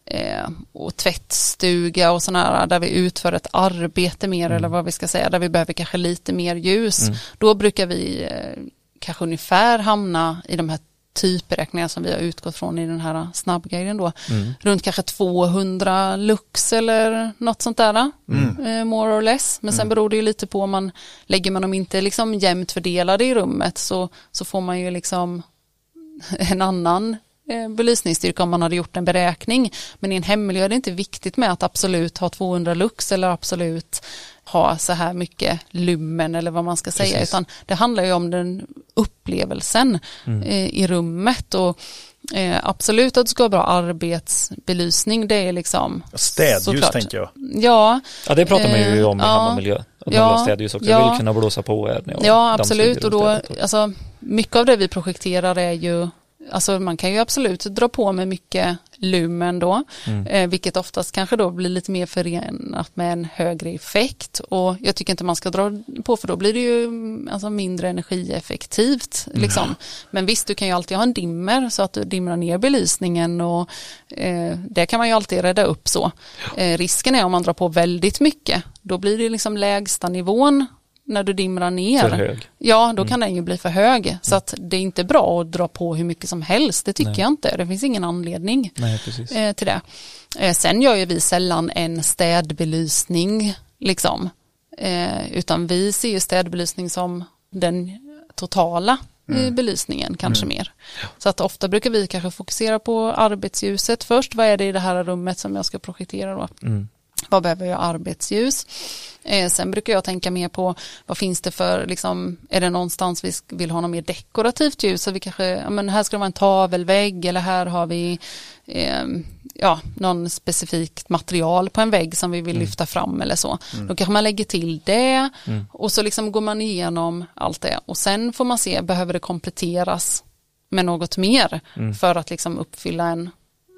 och tvättstuga och sådana här, där vi utför ett arbete mer eller vad vi ska säga, där vi behöver kanske lite mer ljus, då brukar vi kanske ungefär hamna i de här typberäkningar som vi har utgått från i den här snabbguiden då, runt kanske 200 lux eller något sånt där, more or less, men sen beror det ju lite på om lägger man dem inte liksom jämnt fördelade i rummet så får man ju liksom en annan belysningsstyrka om man hade gjort en beräkning, men i en hemmiljö är det inte viktigt med att absolut ha 200 lux eller absolut ha så här mycket lumen eller vad man ska säga, utan det handlar ju om den upplevelsen i rummet, och absolut att det ska vara bra arbetsbelysning, det är liksom städljus såklart. Tänker jag. Ja, det pratar man ju om i hemmamiljö. Städljus också. Jag vill kunna blåsa på här. Ja, absolut, och då alltså, mycket av det vi projekterar är ju, alltså man kan ju absolut dra på med mycket lumen då, vilket oftast kanske då blir lite mer förenat med en högre effekt, och jag tycker inte man ska dra på, för då blir det ju alltså mindre energieffektivt liksom. Men visst, du kan ju alltid ha en dimmer så att du dimrar ner belysningen, och det kan man ju alltid rädda upp så. Risken är om man drar på väldigt mycket, då blir det liksom lägsta nivån när du dimrar ner. För hög. Ja, då kan den ju bli för hög. Så att det är inte bra att dra på hur mycket som helst. Det tycker jag inte. Det finns ingen anledning till det. Sen gör ju vi sällan en städbelysning liksom. Utan vi ser ju städbelysning som den totala belysningen kanske mer. Så att ofta brukar vi kanske fokusera på arbetsljuset först. Vad är det i det här rummet som jag ska projektera då? Vad behöver jag arbetsljus? Sen brukar jag tänka mer på vad finns det för, liksom, är det någonstans vi vill ha något mer dekorativt ljus? Så vi kanske, men här ska det vara en tavelvägg eller här har vi någon specifikt material på en vägg som vi vill lyfta fram eller så. Då kanske man lägger till det och så liksom går man igenom allt det och sen får man se, behöver det kompletteras med något mer för att liksom uppfylla en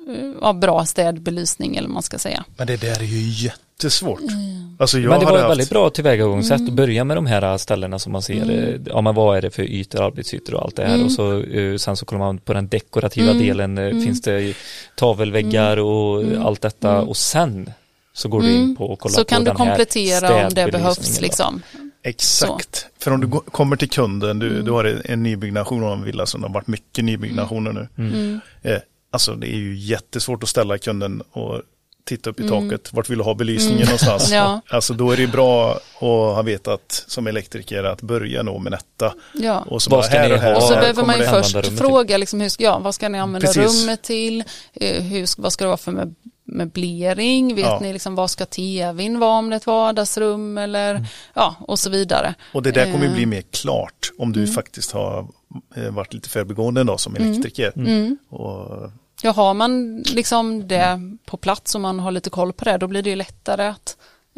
bra städbelysning eller man ska säga. Men det där är ju jättesvårt. Alltså men det var ett väldigt bra tillvägagångssätt att börja med de här ställena som man ser. Men vad är det för ytor, arbetsytor och allt det här och så sen så kollar man på den dekorativa delen. Finns det tavelväggar och allt detta och sen så går du in på och kollar så på kan den du komplettera om det behövs liksom. Exakt. Så. För om du kommer till kunden, du har en nybyggnation av en villa som har varit mycket nybyggnationer nu. Alltså det är ju jättesvårt att ställa kunden och titta upp i taket. Vart vill du ha belysningen någonstans? Alltså då är det bra att ha vetat som elektriker att börja nog med detta. Och så vad ska ni ha? Och så behöver man ju först fråga liksom, vad ska ni använda rummet till? Vad ska det vara för möblering? Vet ni liksom, vad ska tvn vara om det är ett vardagsrum eller och så vidare. Och det där kommer bli mer klart om du faktiskt har varit lite förbigående då som elektriker. Och har man liksom det på plats och man har lite koll på det, då blir det ju lättare att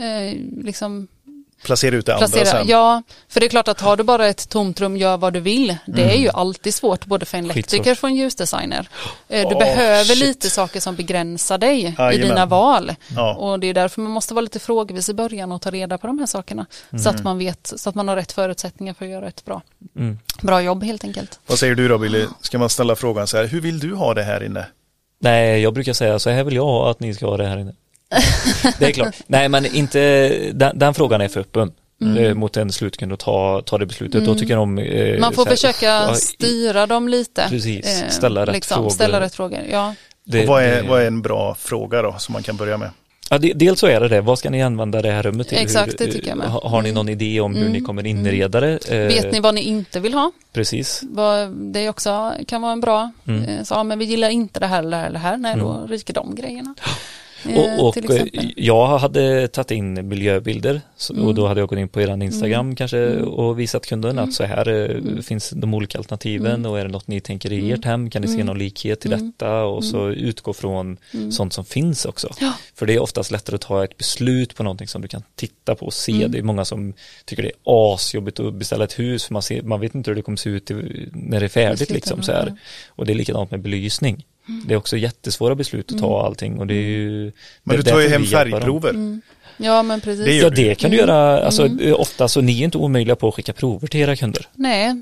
liksom placera ut det andra sen. Ja, för det är klart att har du bara ett tomt rum, gör vad du vill. Det är ju alltid svårt både för en elektriker och för en ljusdesigner. Du behöver lite saker som begränsar dig i dina val. Och det är därför man måste vara lite frågvis i början och ta reda på de här sakerna. Så att man vet, så att man har rätt förutsättningar för att göra ett bra jobb helt enkelt. Vad säger du då, Billy? Ska man ställa frågan så här, hur vill du ha det här inne? Nej, jag brukar säga så här vill jag ha att ni ska ha det här inne. Det är klart. Nej, men inte den frågan är för öppen mot en slutkund och ta det beslutet. Då tycker jag man får försöka styra dem lite. Precis, ställa rätt frågor. Ställa rätt frågor, ja. Och vad är en bra fråga då som man kan börja med? Ja, dels så är det. Vad ska ni använda det här rummet till? Exakt, det tycker jag med. Har ni någon idé om hur ni kommer inreda det? Vet ni vad ni inte vill ha? Precis. Det också kan vara en bra. Så men vi gillar inte det här eller det här. Nej, då ryker de grejerna. Och jag hade tagit in miljöbilder och då hade jag gått in på eran Instagram kanske och visat kunden att så här finns de olika alternativen och är det något ni tänker i ert hem, kan ni se någon likhet i detta och så utgå från sånt som finns också. För det är oftast lättare att ta ett beslut på någonting som du kan titta på och se. Det är många som tycker det är asjobbigt att beställa ett hus för man vet inte hur det kommer se ut när det är färdigt liksom så här. Och det är likadant med belysning. Det är också jättesvåra beslut att ta allting och det är ju... Men du tar ju hem färgprover. Ja, men precis. Det kan du göra, alltså ofta så ni är inte omöjliga på att skicka prover till era kunder. Nej,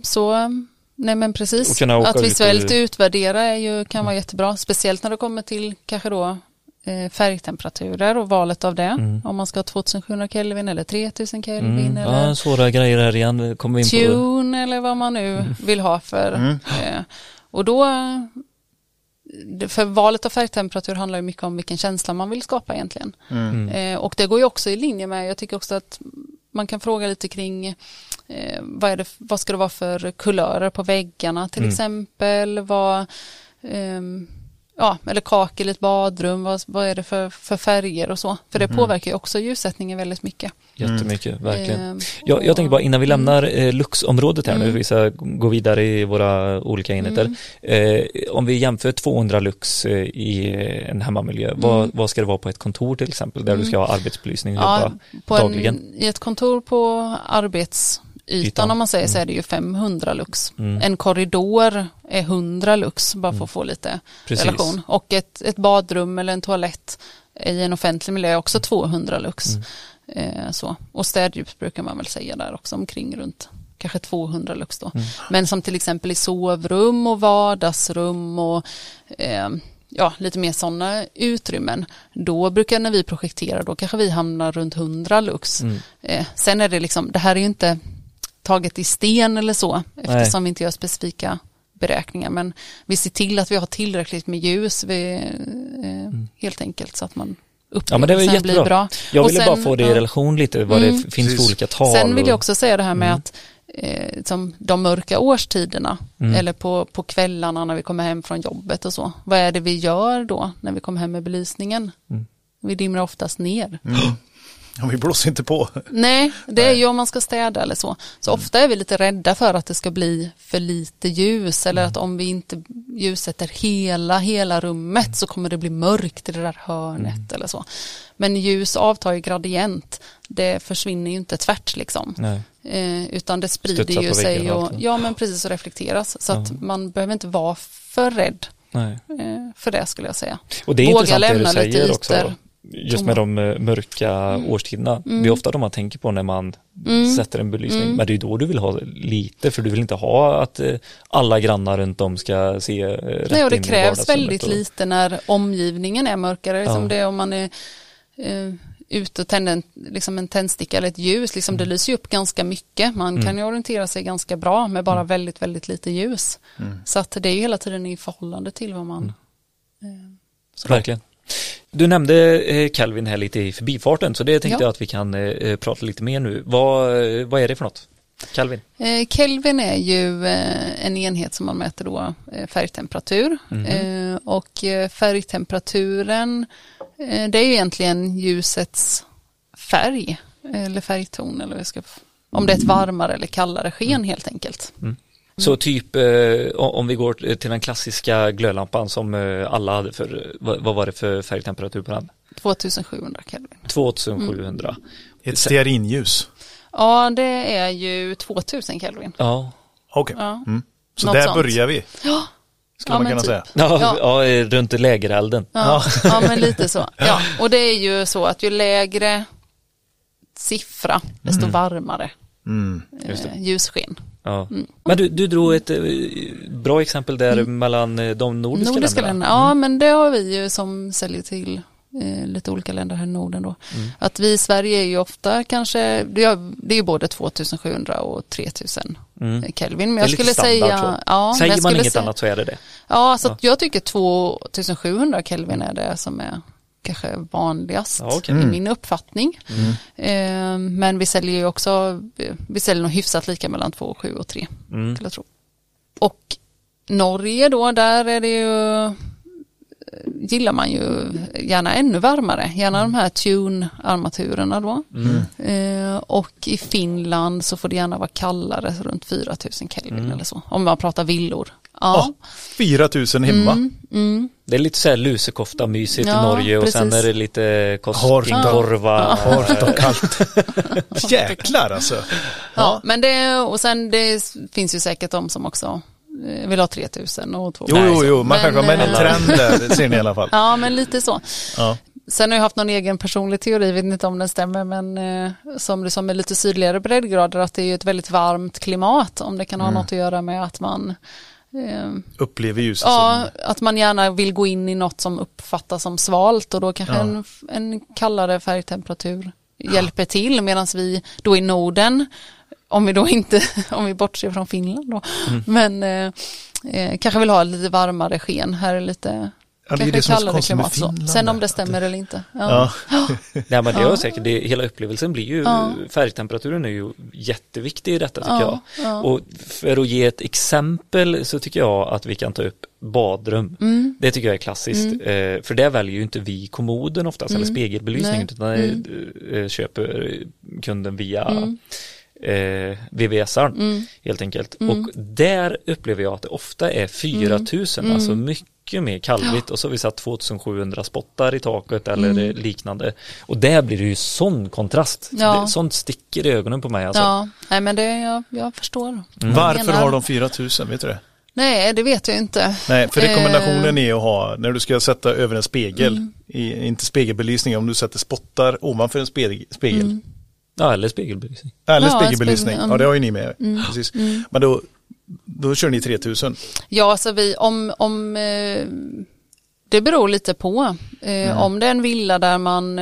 men precis. Att visuellt utvärdera kan vara jättebra, speciellt när det kommer till kanske då färgtemperaturer och valet av det. Om man ska ha 2700 Kelvin eller 3000 Kelvin eller svåra grejer här igen. Kommer in tune på... eller vad man nu vill ha för och då för valet av färgtemperatur handlar ju mycket om vilken känsla man vill skapa egentligen. Och det går ju också i linje med, jag tycker också att man kan fråga lite kring vad ska det vara för kulörer på väggarna till exempel, eller kakel i ett badrum, vad är det för färger och så. För det påverkar ju också ljussättningen väldigt mycket. Jättemycket, verkligen. Jag tänker bara innan vi lämnar luxområdet här nu, vi ska gå vidare i våra olika enheter. Om vi jämför 200 lux i en hemmamiljö, vad ska det vara på ett kontor till exempel, där du ska ha arbetsbelysning och jobba dagligen? I ett kontor på ytan om man säger så är det ju 500 lux. En korridor är 100 lux bara för att få lite relation. Och ett badrum eller en toalett i en offentlig miljö är också 200 lux. Så. Och städljus brukar man väl säga där också omkring runt kanske 200 lux då. Men som till exempel i sovrum och vardagsrum och lite mer sådana utrymmen. Då brukar när vi projekterar då kanske vi hamnar runt 100 lux. Sen är det liksom, det här är ju inte taget i sten eller så eftersom vi inte gör specifika beräkningar, men vi ser till att vi har tillräckligt med ljus helt enkelt så att man upplevelsen blir bra. Jag ville bara få det i relation lite, vad det finns för olika tal. Sen vill jag också säga det här med att som de mörka årstiderna eller på kvällarna när vi kommer hem från jobbet och så. Vad är det vi gör då när vi kommer hem med belysningen? Vi dimrar oftast ner. Ja, vi blåser inte på. Nej, det är ju om man ska städa eller så. Så ofta är vi lite rädda för att det ska bli för lite ljus eller att om vi inte ljussätter hela rummet så kommer det bli mörkt i det där hörnet eller så. Men ljus avtar ju gradient. Det försvinner ju inte tvärt liksom. Utan det sprider ju sig och men precis så reflekteras. Så att man behöver inte vara för rädd för det skulle jag säga. Och det är intressant det du säger också. Just med de mörka årstiderna. Det är ofta de man tänker på när man sätter en belysning. Men det är då du vill ha lite, för du vill inte ha att alla grannar runt om ska se rätt in i vardagsrummet. Och det krävs väldigt lite när omgivningen är mörkare. Liksom det om man är ute och tänder liksom en tändsticka eller ett ljus. Liksom det lyser upp ganska mycket. Man kan ju orientera sig ganska bra med bara väldigt, väldigt lite ljus. Så att det är ju hela tiden i förhållande till vad man... Verkligen. Du nämnde Kelvin här lite i förbifarten, så det tänkte jag att vi kan prata lite mer nu. Vad är det för något? Kelvin? Kelvin är ju en enhet som man mäter då färgtemperatur. Och färgtemperaturen, det är ju egentligen ljusets färg eller färgton eller om det är ett varmare eller kallare sken helt enkelt. Så typ om vi går till den klassiska glödlampan som alla hade för, vad var det för färgtemperatur på den? 2700 Kelvin. 2700. Ett stearinljus. Ja, det är ju 2000 Kelvin. Ja. Okej. Så något där sånt. Börjar vi. Ja. Skulle man kunna säga. Ja, runt lägerelden. Ja, men lite så. Ja, och det är ju så att ju lägre siffra, desto varmare ljussken. Ja. Men du drog ett bra exempel där mellan de nordiska länderna. Ja, men det har vi ju som säljer till lite olika länder här i Norden då. Att vi i Sverige är ju ofta kanske, det är ju både 2700 och 3000 Kelvin. Men jag skulle säga... Ja, säger man inget annat så är det. Ja, så jag tycker 2700 Kelvin är det som är kanske vanligast i min uppfattning. Men vi säljer ju också, vi säljer nog hyfsat lika mellan 2, 7 och 3 till jag tro. Och Norge då, där är det ju, gillar man ju gärna ännu varmare, gärna de här tune-armaturerna då. Och i Finland så får det gärna vara kallare, runt 4000 Kelvin eller så, om man pratar villor. Ja. 4000 hemma. Det är lite så här lusekofta mysigt i Norge och sen är det lite kostkorva. Hårt och kallt. Jäklar alltså. Ja, men det finns ju säkert de som också vill ha 3000 och 2. Jo, men en trend där ser ni i alla fall. Ja, men lite så. Ja. Sen har jag haft någon egen personlig teori, vet inte om den stämmer, men som är lite sydligare breddgrader, att det är ett väldigt varmt klimat, om det kan ha något att göra med att man upplever ljuset. Ja, att man gärna vill gå in i något som uppfattas som svalt, och då kanske en kallare färgtemperatur hjälper till, medan vi då i Norden, om vi bortser från Finland då, men kanske vill ha lite varmare sken. Här är lite kanske kallare klimat så. Sen om det stämmer eller inte. Nej, men det är säkert, hela upplevelsen blir ju, färgtemperaturen är ju jätteviktig i detta tycker jag. Och för att ge ett exempel så tycker jag att vi kan ta upp badrum. Det tycker jag är klassiskt. För det väljer ju inte vi kommoden oftast, eller spegelbelysning, utan köper kunden via VVS-arn helt enkelt. Och där upplever jag att det ofta är 4000, alltså mycket mer kallvitt, och så har vi satt 2700 spottar i taket eller liknande. Och där blir det ju sån kontrast. Sånt sticker i ögonen på mig alltså. Ja, nej men det jag förstår. Varför har de 4000, vet du det? Nej, det vet jag inte. Nej, för rekommendationen är att ha, när du ska sätta över en spegel, inte spegelbelysning, om du sätter spottar ovanför en spegel. Ja, eller spegelbelysning. Eller spegelbelysning. Ja, det har ju ni med. Precis. Men då kör ni 3000. Ja, så om det beror lite på. Om det är en villa där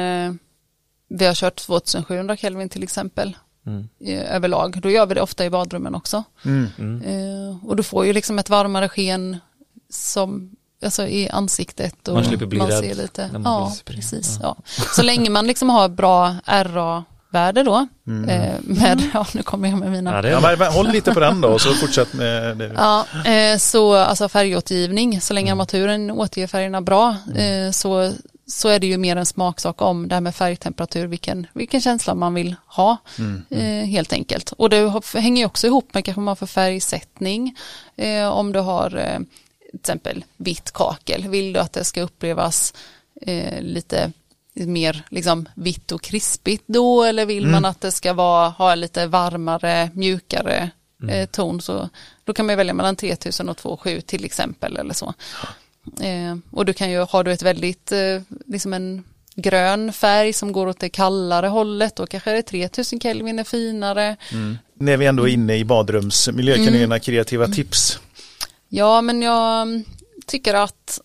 vi har kört 2700 Kelvin till exempel överlag, då gör vi det ofta i badrummen också. Och du får ju liksom ett varmare sken som alltså i ansiktet och man slipper bli rädd ser lite. Ja, precis. Ja. Så länge man liksom har bra RA-värde då med, nu kommer jag med mina. Men håll lite på den då och så fortsätt med det. Ja, så alltså färgåtergivning, så länge armaturen återger färgerna bra så är det ju mer en smaksak om det här med färgtemperatur, vilken känsla man vill ha helt enkelt. Och det hänger ju också ihop med kanske man får färgsättning. Om du har till exempel vitt kakel, vill du att det ska upplevas lite mer liksom vitt och krispigt då, eller vill man att det ska ha lite varmare, mjukare ton, så då kan man välja mellan 3000 och 2700 till exempel eller så. Och du kan ju, har du ett väldigt liksom en grön färg som går åt det kallare hållet, då kanske det är 3000 Kelvin är finare. När vi ändå är inne i badrumsmiljö, kan du ge kreativa tips? Ja, men jag tycker att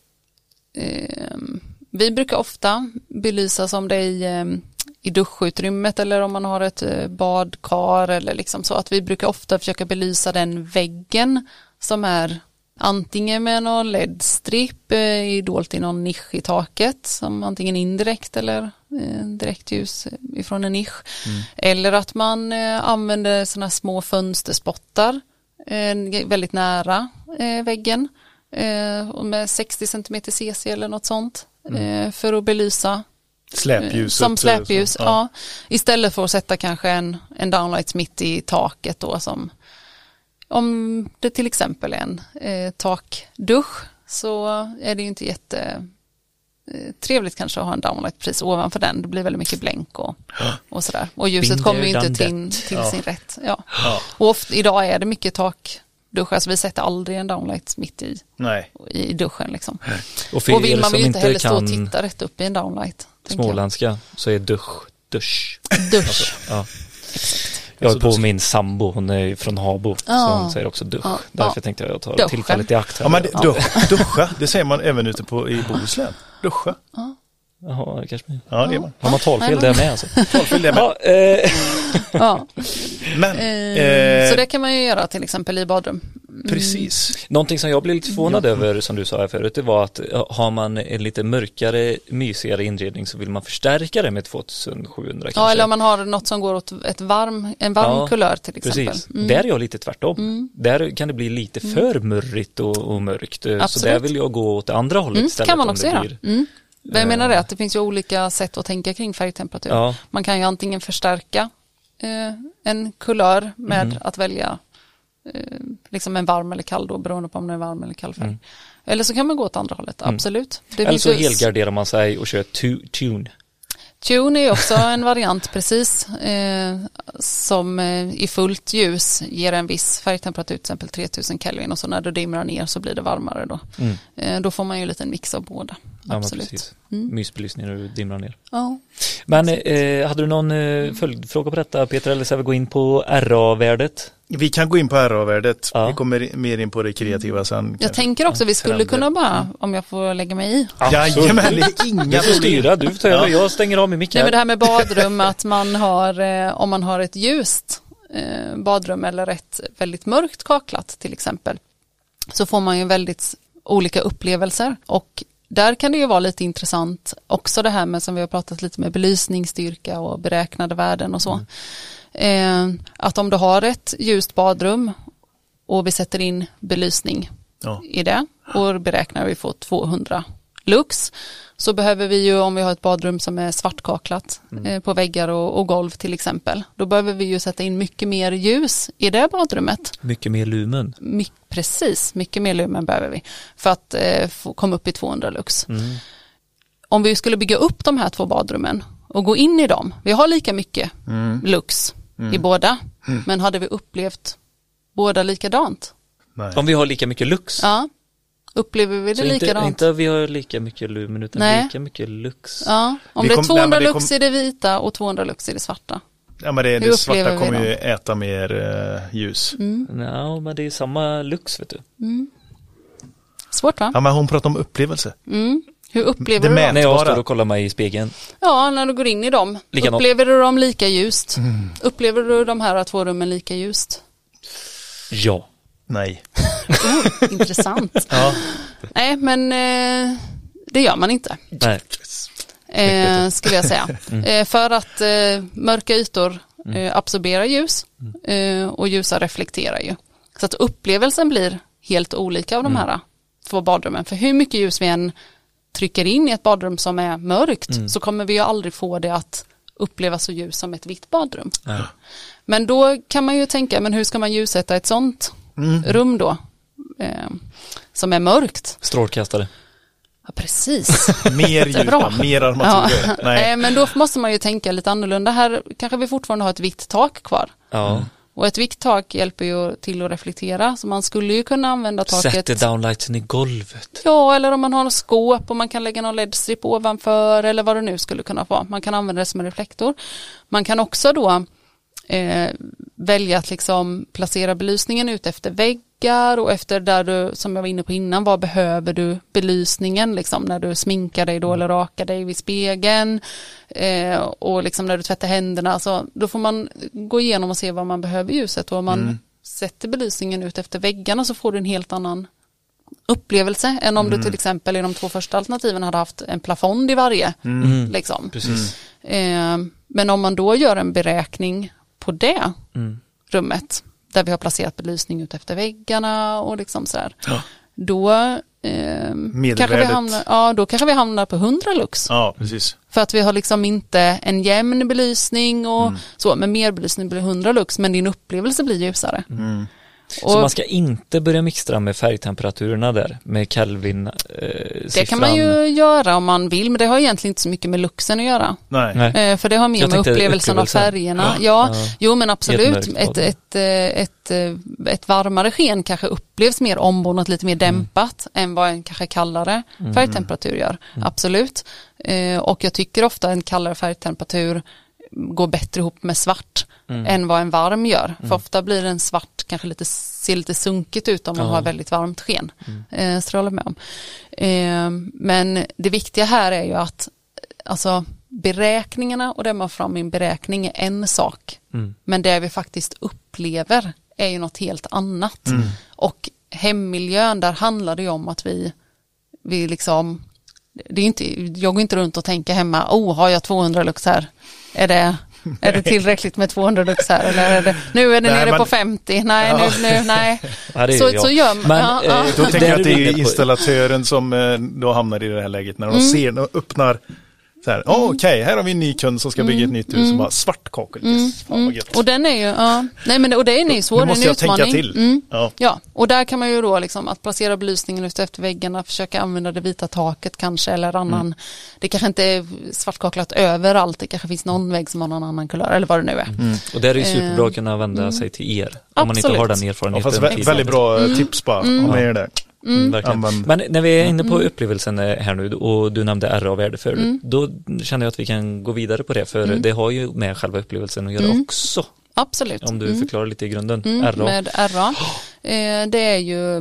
vi brukar ofta belysa som det i duschutrymmet, eller om man har ett badkar eller liksom så, att vi brukar ofta försöka belysa den väggen som är antingen med någon LED-strip dolt i någon nisch i taket, som antingen indirekt eller direkt ljus ifrån en nisch. Eller att man använder sådana små fönsterspottar väldigt nära väggen med 60 cm cc eller något sånt för att belysa släpljuset. Som släpljus, ja. Istället för att sätta kanske en downlight mitt i taket då, som om det till exempel är en takdusch, så är det ju inte trevligt kanske att ha en downlight precis ovanför den. Det blir väldigt mycket blänk och sådär. Och ljuset kommer ju inte till sin rätt. Ja. Och idag är det mycket takduschar, så vi sätter aldrig en downlight mitt i duschen liksom. Och vill man ju inte heller stå och titta rätt upp i en downlight. Småländska så är dusch. Alltså, ja. Jag är på min sambo, hon är från Habo, så hon säger också dusch. Därför tänkte jag ta tillfället i akt. Ja, men duscha, det säger man även ute i Bohuslän. Duscha. Jaha, det kanske. Ja, det är man. Har man talfel där med alltså? Talfel där med. Ja. Men, så det kan man ju göra till exempel i badrum. Precis. Någonting som jag blev lite förvånad över, som du sa här förut, det var att har man en lite mörkare, mysigare inredning så vill man förstärka det med 2700 kanske. Ja, eller om man har något som går åt en varm kulör till exempel. Precis. Där är jag lite tvärtom. Där kan det bli lite för mörrigt och mörkt. Absolut. Så där vill jag gå åt det andra hållet istället. Kan man också göra. Men jag menar det, att det finns ju olika sätt att tänka kring färgtemperatur. Ja. Man kan ju antingen förstärka en kulör med att välja liksom en varm eller kall då, beroende på om det är varm eller kall färg. Eller så kan man gå åt andra hållet, absolut. Eller så helgarderar man sig och kör tune. Tune är också en variant precis som i fullt ljus ger en viss färgtemperatur, till exempel 3000 Kelvin, och så när det dimrar ner så blir det varmare då. Då får man ju en liten mix av båda. Ja, absolut. Mysbelysning när du dimrar ner. Ja. Men hade du någon följdfråga på detta, Peter, eller ska vi gå in på RA-värdet? Vi kan gå in på RA-värdet. Ja. Vi kommer mer in på det kreativa sen. Jag tänker också vi skulle kunna bara, om jag får lägga mig i. Jajamän, det är inga du får styra, du får ta över, jag stänger av min mick. Nej, men det här med badrum, att man har, om man har ett ljust badrum eller ett väldigt mörkt kaklat till exempel, så får man ju väldigt olika upplevelser, och där kan det ju vara lite intressant också det här med, som vi har pratat lite med, belysningsstyrka och beräknade värden och så. Att om du har ett ljust badrum och vi sätter in belysning i det och beräknar vi får 200 lux, så behöver vi ju, om vi har ett badrum som är svartkaklat på väggar och golv till exempel, då behöver vi ju sätta in mycket mer ljus i det badrummet. Mycket mer lumen. Precis, mycket mer lumen behöver vi för att komma upp i 200 lux. Om vi skulle bygga upp de här två badrummen och gå in i dem, vi har lika mycket lux i båda, men hade vi upplevt båda likadant? Nej. Om vi har lika mycket lux? Ja. Upplever vi det så likadant? Inte vi har lika mycket lumen, utan lika mycket lux. Ja, om det är 200 lux i det vita och 200 lux i det svarta. Ja, men det svarta kommer ju äta mer ljus. Ja, men det är samma lux, vet du. Svårt, va? Ja, men hon pratar om upplevelse. Hur upplever du dem? När jag står och kollar mig i spegeln. Ja, när du går in i dem. Likadant. Upplever du dem lika ljust? Upplever du de här två rummen lika ljust? Ja. Nej. Intressant. Nej, men det gör man inte. Nej. Skulle jag säga. För att mörka ytor absorberar ljus och ljusa reflekterar ju. Så att upplevelsen blir helt olika av de här 2 badrummen. För hur mycket ljus vi än trycker in i ett badrum som är mörkt så kommer vi ju aldrig få det att upplevas så ljus som ett vitt badrum. Men då kan man ju tänka, men hur ska man ljussätta ett sånt rum då? Som är mörkt. Strålkastare. Ja, precis. Mer ljusa, mer armaturer. Ja. Nej, men då måste man ju tänka lite annorlunda. Här kanske vi fortfarande har ett vitt tak kvar. Ja. Och ett vitt tak hjälper ju till att reflektera. Så man skulle ju kunna använda taket. Sätter downlightsen i golvet. Ja, eller om man har skåp och man kan lägga någon LED-strip ovanför. Eller vad det nu skulle kunna vara. Man kan använda det som en reflektor. Man kan också då välja att liksom placera belysningen ut efter väggar och efter där du, som jag var inne på innan, vad behöver du belysningen liksom när du sminkar dig då eller rakar dig vid spegeln och liksom när du tvättar händerna, så då får man gå igenom och se vad man behöver ljuset, och om man sätter belysningen ut efter väggarna så får du en helt annan upplevelse än om du till exempel i de 2 första alternativen hade haft en plafond i varje liksom. Precis. Men om man då gör en beräkning på det rummet där vi har placerat belysning ut efter väggarna och liksom sådär. Ja. Då kanske vi hamnar på 100 lux. Ja, precis. För att vi har liksom inte en jämn belysning och så, men mer belysning blir 100 lux, men din upplevelse blir ljusare. Så man ska inte börja mixtra med färgtemperaturerna där, med Kelvin det kan man ju göra om man vill, men det har egentligen inte så mycket med luxen att göra. Nej. För det har mer med upplevelsen av färgerna. Jo, men absolut. Ett varmare sken kanske upplevs mer ombonat, lite mer dämpat än vad en kanske kallare färgtemperatur gör. Absolut. Och jag tycker ofta en kallare färgtemperatur går bättre ihop med svart än vad en varm gör. För ofta blir en svart kanske ser lite sunkigt ut om man har väldigt varmt sken. Så jag håller med om. Men det viktiga här är ju att alltså, beräkningarna och det man får fram i en beräkning är en sak. Men det vi faktiskt upplever är ju något helt annat. Och hemmiljön, där handlar det ju om att vi liksom, det är inte, jag går inte runt och tänker hemma, har jag 200 lux här? Är det tillräckligt med 200 lux här? Eller är det, nu är det nere på 50. Nej, nej. Ja, så gör man. Men, då tänker jag att det är installatören som då hamnar i det här läget när de ser och öppnar så här, okej, här har vi en ny kund som ska bygga ett nytt hus som bara svart kakel. Fan vad gött. Och den är ju, nej men och det är ju svår, nu måste jag tänka till. Ja, och där kan man ju då liksom att placera belysningen ut efter väggarna, försöka använda det vita taket kanske, eller annan, det kanske inte är svartkaklat överallt, det kanske finns någon vägg som har någon annan kulör, eller vad det nu är. Och det är ju superbra att kunna vända sig till er, om man inte har den erfarenheten. Fast väldigt bra tips bara, om man är det. Men när vi är inne på upplevelsen här nu och du nämnde RA-värde för då känner jag att vi kan gå vidare på det, för det har ju med själva upplevelsen att göra också. Absolut. Om du förklarar lite i grunden. RA. Med RA, det är ju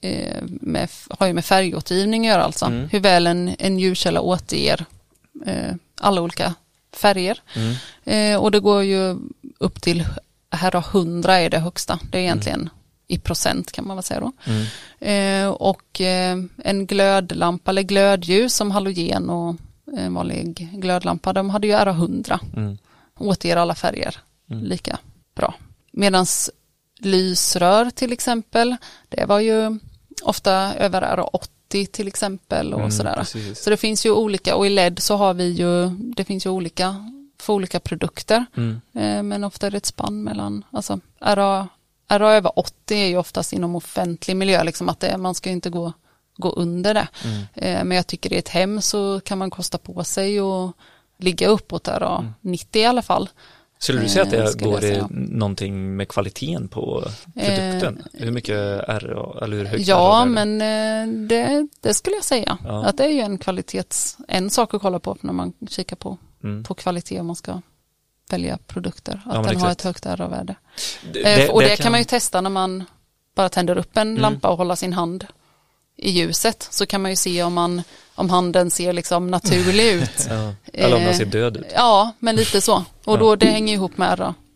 har ju med färgåtergivning att göra alltså. Hur väl en ljuskälla återger alla olika färger. Och det går ju upp till, här har 100 är det högsta. Det är egentligen i procent kan man väl säga då. Och en glödlampa eller glödljus som halogen och en vanlig glödlampa, de hade ju RA 100. Återger alla färger lika bra. Medans lysrör till exempel, det var ju ofta över RA 80 till exempel och sådär. Precis. Så det finns ju olika, och i LED så har vi ju, det finns ju olika för olika produkter. Men ofta är det ett spann mellan, alltså RA över 80 är ju oftast inom offentlig miljö, liksom att man ska ju inte gå under det. Men jag tycker i ett hem så kan man kosta på sig och ligga uppåt där 90 i alla fall. Skulle du säga att det går i någonting med kvaliteten på produkten? Hur mycket RA, eller hur högt? Ja, men det skulle jag säga. Ja. Att det är ju en sak att kolla på när man kikar på kvalitet om man ska välja produkter. Att den har ett högt RA-värde. Och det kan man ju testa när man bara tänder upp en lampa och håller sin hand i ljuset. Så kan man ju se om handen ser liksom naturlig ut. Eller om den ser död ut. Ja, men lite så. Och då det hänger ihop med RA.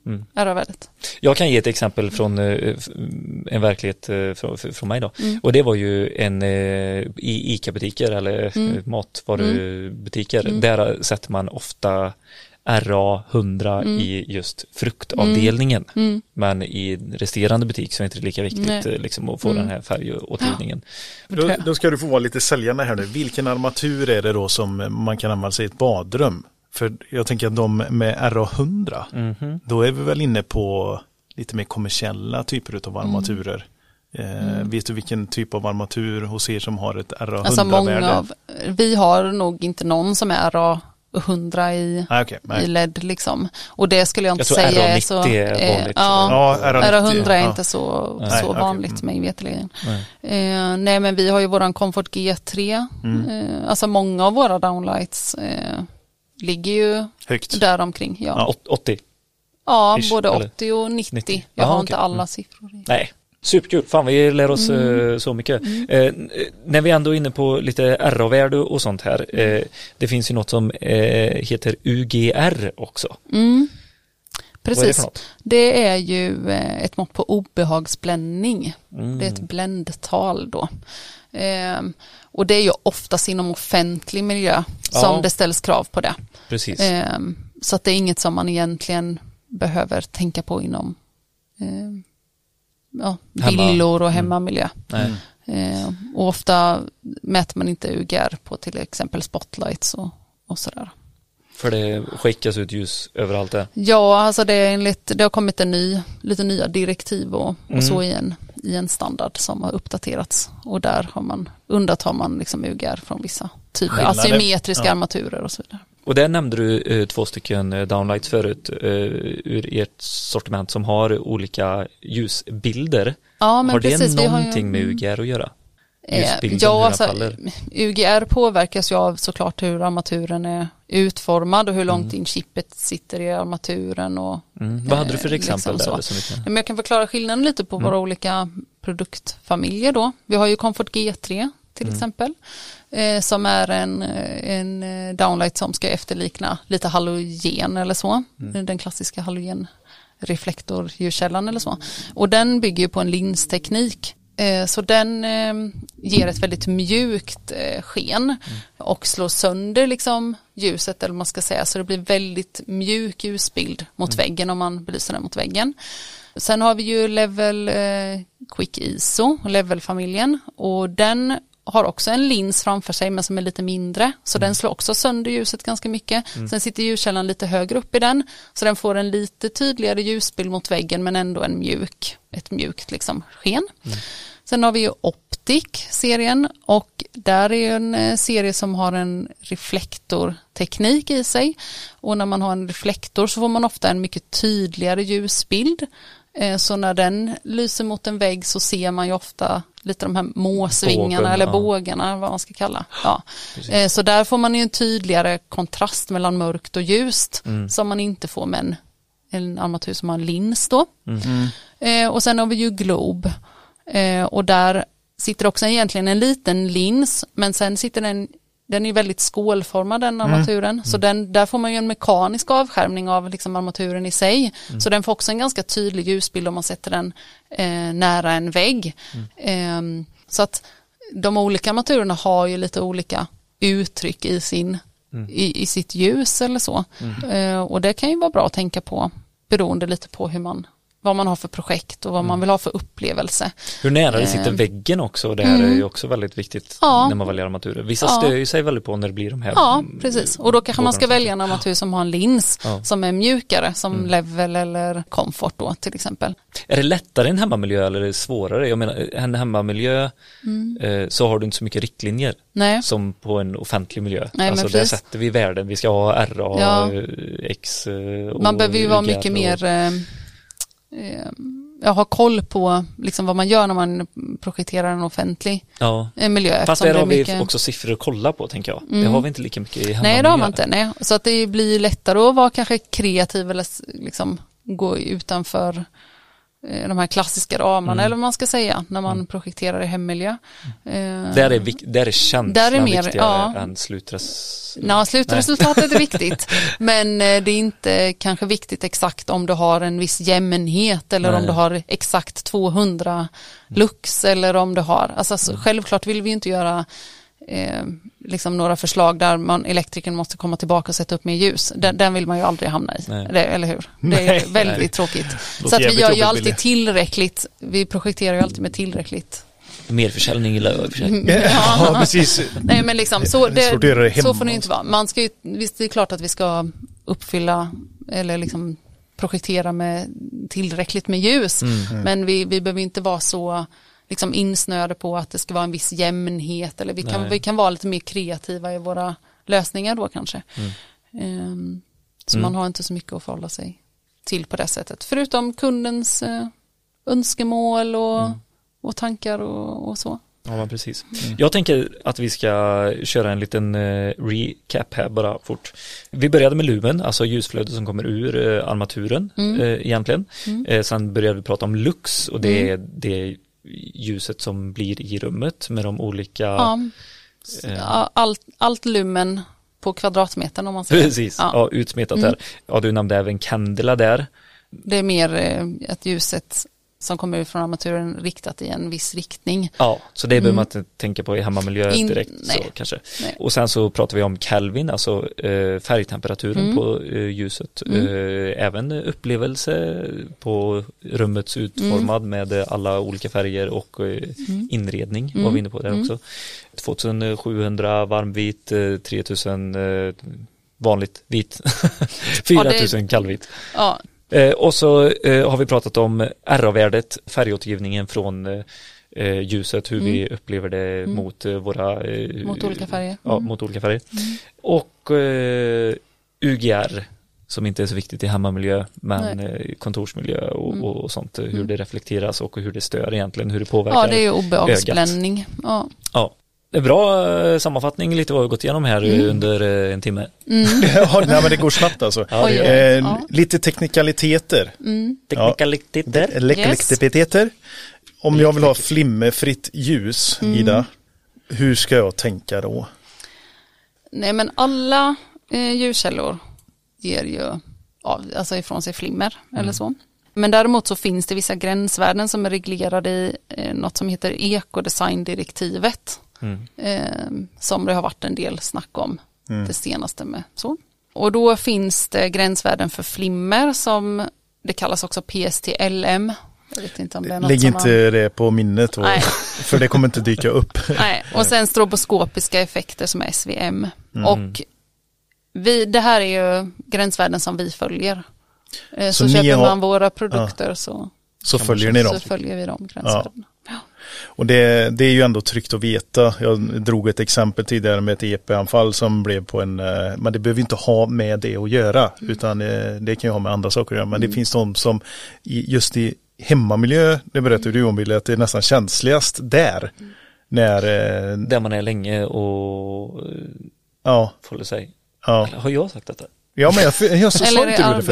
RA-värdet. Jag kan ge ett exempel från en verklighet från mig då. Och det var ju i ICA-butiker eller matvarubutiker. Där sätter man ofta RA 100 i just fruktavdelningen. Men i resterande butik så är det inte lika viktigt liksom, att få den här färgåtergivningen. Då ska du få vara lite säljande här nu. Vilken armatur är det då som man kan använda sig i ett badrum? För jag tänker att de med RA 100, då är vi väl inne på lite mer kommersiella typer av armaturer. Vet du vilken typ av armatur hos er som har ett RA 100-värde? Vi har nog inte någon som är RA 100 i LED liksom. Och det skulle jag inte säga är så... är vanligt. RA 100 är inte så vanligt mig veterligen. Nej, men vi har ju våran Comfort G3. Alltså många av våra downlights ligger ju högt där omkring. Ja. 80? Ja, både 80 och 90. Jag har inte alla siffror. Nej. Superkul, fan vi lär oss så mycket. När vi ändå är inne på lite RA-värde och sånt här, det finns ju något som heter UGR också. Precis, det är ju ett mått på obehagsbländning. Det är ett bländtal då. Och det är ju oftast inom offentlig miljö som det ställs krav på det. Precis. Så att det är inget som man egentligen behöver tänka på inom villor och hemmamiljö. Och ofta mäter man inte UGR på till exempel spotlights och sådär. För det skickas ut ljus överallt där? Ja, alltså det har kommit lite nya direktiv och så i en standard som har uppdaterats. Och där undantar man liksom UGR från vissa typer asymmetriska armaturer och så vidare. Och där nämnde du 2 stycken downlights förut ur ert sortiment som har olika ljusbilder. Ja, men har precis, det någonting med UGR att göra? UGR påverkas ju av såklart hur armaturen är utformad och hur långt in chippet sitter i armaturen. Och, vad hade du för exempel liksom där? Men jag kan förklara skillnaden lite på våra olika produktfamiljer då. Vi har ju Comfort G3 till exempel. Som är en downlight som ska efterlikna lite halogen eller så. Den klassiska halogenreflektorljuskällan eller så. Och den bygger ju på en linsteknik. Så den ger ett väldigt mjukt sken och slår sönder liksom ljuset eller man ska säga. Så det blir väldigt mjuk ljusbild mot väggen om man belyser den mot väggen. Sen har vi ju Level Quick ISO, Level-familjen, och den har också en lins framför sig men som är lite mindre. Så den slår också sönder ljuset ganska mycket. Sen sitter ljuskällan lite högre upp i den. Så den får en lite tydligare ljusbild mot väggen men ändå ett mjukt liksom sken. Sen har vi ju Optic-serien och där är en serie som har en reflektorteknik i sig. Och när man har en reflektor så får man ofta en mycket tydligare ljusbild. Så när den lyser mot en vägg så ser man ju ofta lite de här måsvingarna eller bågarna, vad man ska kalla. Ja. Så där får man ju en tydligare kontrast mellan mörkt och ljust som man inte får med en armatur som har en lins då. Och sen har vi ju Globe. Och där sitter också egentligen en liten lins, men sen sitter den är väldigt skålformad den armaturen. Så där får man ju en mekanisk avskärmning av liksom armaturen i sig. Så den får också en ganska tydlig ljusbild om man sätter den nära en vägg. Så att de olika armaturerna har ju lite olika uttryck i sitt ljus eller så. Och det kan ju vara bra att tänka på beroende lite på vad man har för projekt och vad man vill ha för upplevelse. Hur nära det sitter väggen också, det här är ju också väldigt viktigt när man väljer armaturer. Vissa stör ju sig väldigt på när det blir de här. Ja, precis. Och då kanske man ska välja en armatur som har en lins som är mjukare, som Level eller Comfort då till exempel. Är det lättare i en hemmamiljö eller är det svårare? Jag menar, en hemmamiljö så har du inte så mycket riktlinjer som på en offentlig miljö. Nej, alltså där sätter vi värden, vi ska ha RA, X och man behöver ju vara mycket mer... Jag har koll på liksom vad man gör när man projekterar en offentlig miljö. Fast där har vi också siffror att kolla på, tänker jag. Det har vi inte lika mycket i hemmamiljö. Nej, det har man inte. Nej. Så att det blir lättare att vara kanske kreativ eller liksom gå utanför de här klassiska ramarna eller vad man ska säga när man projekterar i hemmiljö. Där är känslan viktigare än slutresultatet är viktigt, men det är inte kanske viktigt exakt om du har en viss jämnhet eller om du har exakt 200 lux eller om du har, alltså självklart vill vi inte göra liksom några förslag där elektrikern måste komma tillbaka och sätta upp mer ljus. Den vill man ju aldrig hamna i. Eller hur? Det är väldigt tråkigt. Så att vi gör ju alltid tillräckligt. Vi projekterar ju alltid med tillräckligt. Mer försäljning i löv. Ja, precis. Nej, men liksom, så får det inte vara. Man ska ju, visst, det är klart att vi ska uppfylla eller liksom projektera med tillräckligt med ljus. Men vi behöver inte vara så liksom insnöade på att det ska vara en viss jämnhet, eller vi kan vara lite mer kreativa i våra lösningar då kanske. Så man har inte så mycket att förhålla sig till på det sättet, förutom kundens önskemål och tankar och så. Ja, men precis. Jag tänker att vi ska köra en liten recap här bara fort. Vi började med lumen, alltså ljusflödet som kommer ur armaturen egentligen. Sen började vi prata om lux, och det är det ljuset som blir i rummet med de olika... Allt lumen på kvadratmetern, om man säger. Precis, utsmetat där. Ja, du nämnde även Candela där. Det är mer att ljuset som kommer ut från armaturen riktat i en viss riktning. Ja, så det behöver man inte tänka på i hemmamiljö direkt. Så, kanske. Och sen så pratar vi om Kelvin, alltså färgtemperaturen på ljuset. Även upplevelse på rummets utformad med alla olika färger och inredning var vi inne på där också. 2700 varmvit, 3000 vanligt vit, 4000 kallvit. Ja. Och så har vi pratat om RA-värdet, färgåtergivningen från ljuset, hur vi upplever det mot våra... mot olika färger. Ja, mot olika färger. Och UGR, som inte är så viktigt i hemmamiljö, men kontorsmiljö och sånt, hur det reflekteras och hur det stör egentligen, hur det påverkar ögat. Ja, det är obehagsbländning. Ja. Det är bra sammanfattning, lite vad vi har gått igenom här under en timme. Ja, men det går snabbt alltså. Lite teknikaliteter. Teknikaliteter. Om jag vill ha flimmerfritt ljus, Ida, hur ska jag tänka då? Nej, men alla ljuskällor ger ju alltså ifrån sig flimmer eller så. Men däremot så finns det vissa gränsvärden som är reglerade i något som heter ekodesigndirektivet. Som det har varit en del snack om det senaste med så. Och då finns det gränsvärden för flimmer som det kallas också PSTLM. Jag vet inte om det är något. Lägg inte det på minnet för det kommer inte dyka upp. Nej. Och sen stroboskopiska effekter som är SVM. Och det här är ju gränsvärden som vi följer. Så köper man våra produkter så följer ni dem. Så följer vi dem gränsvärdena. Ja. Och det är ju ändå tryggt att veta. Jag drog ett exempel tidigare med ett EP-anfall som blev på men det behöver inte ha med det att göra, utan det kan ju ha med andra saker att göra. Men det finns de som just i hemmamiljö, det berättar du om, Wille, att det är nästan känsligast där. Där man är länge och håller sig. Ja. Har jag sagt detta? Ja, men jag sa inte det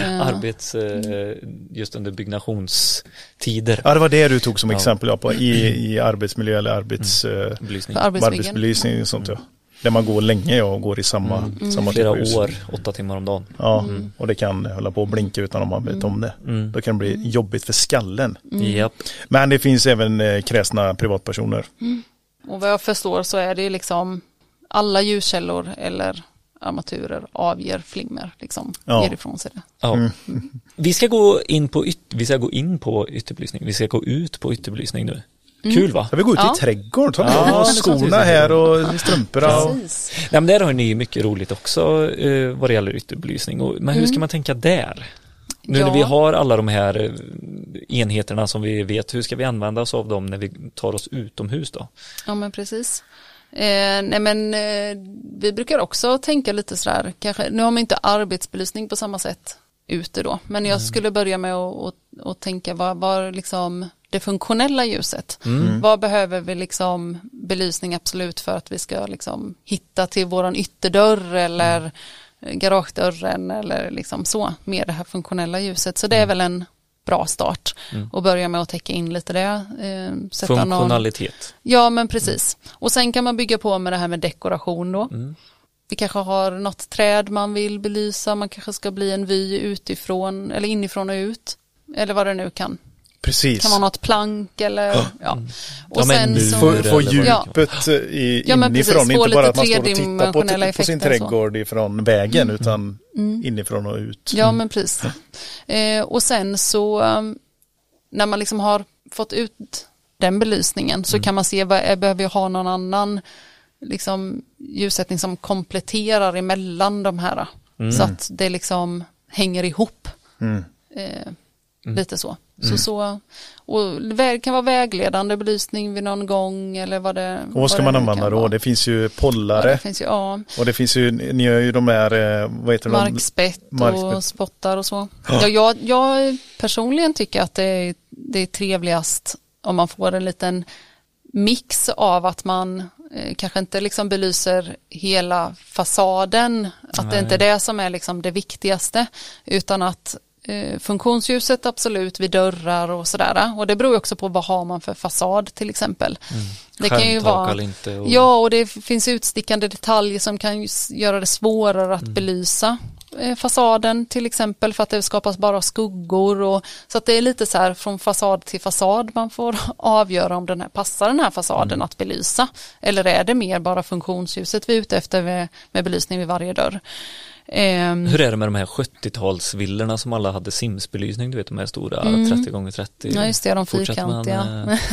förut. Just under byggnationstider. Ja, det var det du tog som exempel på i arbetsmiljö eller arbetsbelysning och sånt. Där man går länge och går i samma flera år, 8 timmar om dagen. Ja, och det kan hålla på och blinka utan om man vet om det. Då kan det bli jobbigt för skallen. Yep. Men det finns även kräsna privatpersoner. Och vad jag förstår så är det liksom alla ljuskällor eller armaturer avger flimmer liksom, ger ifrån sig det. Ja. Vi ska gå in på ytterbelysning. Vi ska gå ut på ytterbelysning nu. Kul, va? Jag vill gå ut i trädgården, ta skorna här och strumporna. Nej, men där har ni mycket roligt också vad det gäller ytterbelysning. Men hur ska man tänka där? Nu när vi har alla de här enheterna som vi vet, hur ska vi använda oss av dem när vi tar oss utomhus då? Ja, men precis. Vi brukar också tänka lite sådär, kanske, nu har man inte arbetsbelysning på samma sätt ute då, men jag skulle börja med att tänka vad liksom det funktionella ljuset. Vad behöver vi liksom belysning absolut för att vi ska liksom hitta till våran ytterdörr eller garagedörren eller liksom så, med det här funktionella ljuset. Så det är väl bra start. Och börja med att täcka in lite det. Funktionalitet. Ja, men precis. Och sen kan man bygga på med det här med dekoration då. Vi kanske har något träd man vill belysa. Man kanske ska bli en vy utifrån eller inifrån och ut. Eller vad det nu kan. Precis. Kan vara något plank eller Och sen så få djupet inifrån, inte bara att man står och tittar på sin trädgård ifrån vägen utan inifrån och ut. Ja, men precis. Och sen så när man liksom har fått ut den belysningen så kan man se behöver jag ha någon annan liksom ljussättning som kompletterar emellan de här så att det liksom hänger ihop. Lite så. Och det kan vara vägledande belysning vid någon gång eller vad det. Och vad ska man använda då? Det finns ju pollare. Ja, det finns ju, och det finns ju, ni gör ju de här, vad heter markspett och spottar och så. Ja, jag personligen tycker att det är trevligast om man får en liten mix av att man kanske inte liksom belyser hela fasaden. Att det inte är det som är liksom det viktigaste utan att funktionsljuset absolut vid dörrar och sådär. Och det beror också på vad har man för fasad till exempel. Det kan ju vara inte och... Ja, och det finns utstickande detaljer som kan göra det svårare att belysa fasaden till exempel för att det skapas bara skuggor och så att det är lite så här från fasad till fasad man får avgöra om passar den här fasaden att belysa eller är det mer bara funktionsljuset vi är ute efter med belysning vid varje dörr. Hur är det med de här 70-talsvillorna som alla hade Sims-belysning, du vet de här stora 30x30? Ja just det, de fyrkantiga.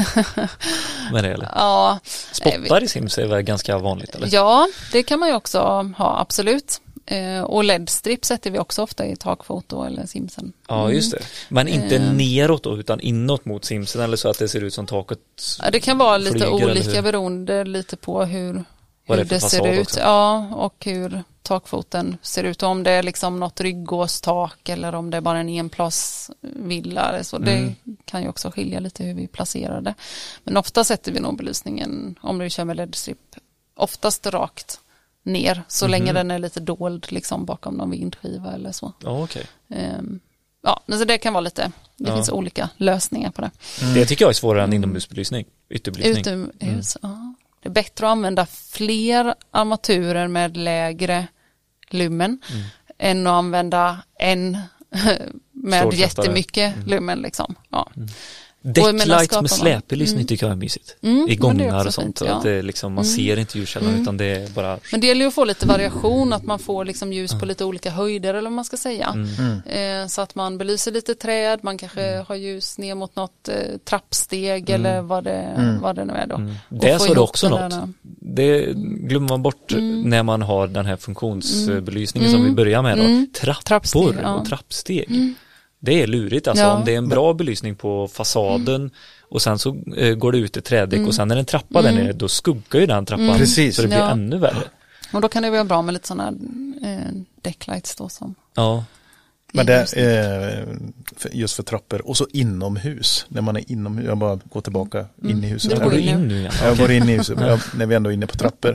Med det eller? Ja. Spottar i Sims är väl ganska vanligt eller? Ja, det kan man ju också ha, absolut. Och LED-strip sätter vi också ofta i takfoto eller Simsen. Ja, just det. Men inte neråt då, utan inåt mot Simsen eller så att det ser ut som taket. Ja, det kan vara lite olika beroende lite på hur det ser ut. Också. Ja, och hur takfoten ser ut. Om det är liksom något ryggåstak eller om det är bara en enplasvilla. Så det kan ju också skilja lite hur vi placerar det. Men ofta sätter vi nog belysningen, om du kör med LED-strip, oftast rakt ner så länge den är lite dold liksom bakom någon vindskiva eller så. Ja, okej. Ja, så det kan vara lite, det finns olika lösningar på det. Det tycker jag är svårare än inomhusbelysning, ytterbelysning. Utomhus, ja. Det är bättre att använda fler armaturer med lägre lumen än att använda en med jättemycket lumen liksom. Ja. Decklight med släpbelysning tycker jag är mysigt. I gångar och sånt. Fint, ja. Att det liksom, man ser inte ljuskällan utan det är bara... Men det gäller ju att få lite variation, att man får liksom ljus på lite olika höjder eller vad man ska säga. Så att man belyser lite träd, man kanske har ljus ner mot något trappsteg eller vad det nu är då. Det sa du också något. Det glömmer man bort när man har den här funktionsbelysningen som vi börjar med då. Trappor och trappsteg. Det är lurigt alltså om det är en bra belysning på fasaden och sen så går det ut ett trädäck och sen när en trappa där nere, då skuggar ju den trappan. Precis. Så det blir ännu värre. Och då kan det vara bra med lite sådana decklights då som... Ja. Men det just för trappor och så inomhus, när man är inomhus, jag bara går tillbaka in i huset. Du går in nu igen. Jag går in i huset när vi ändå är inne på trappor.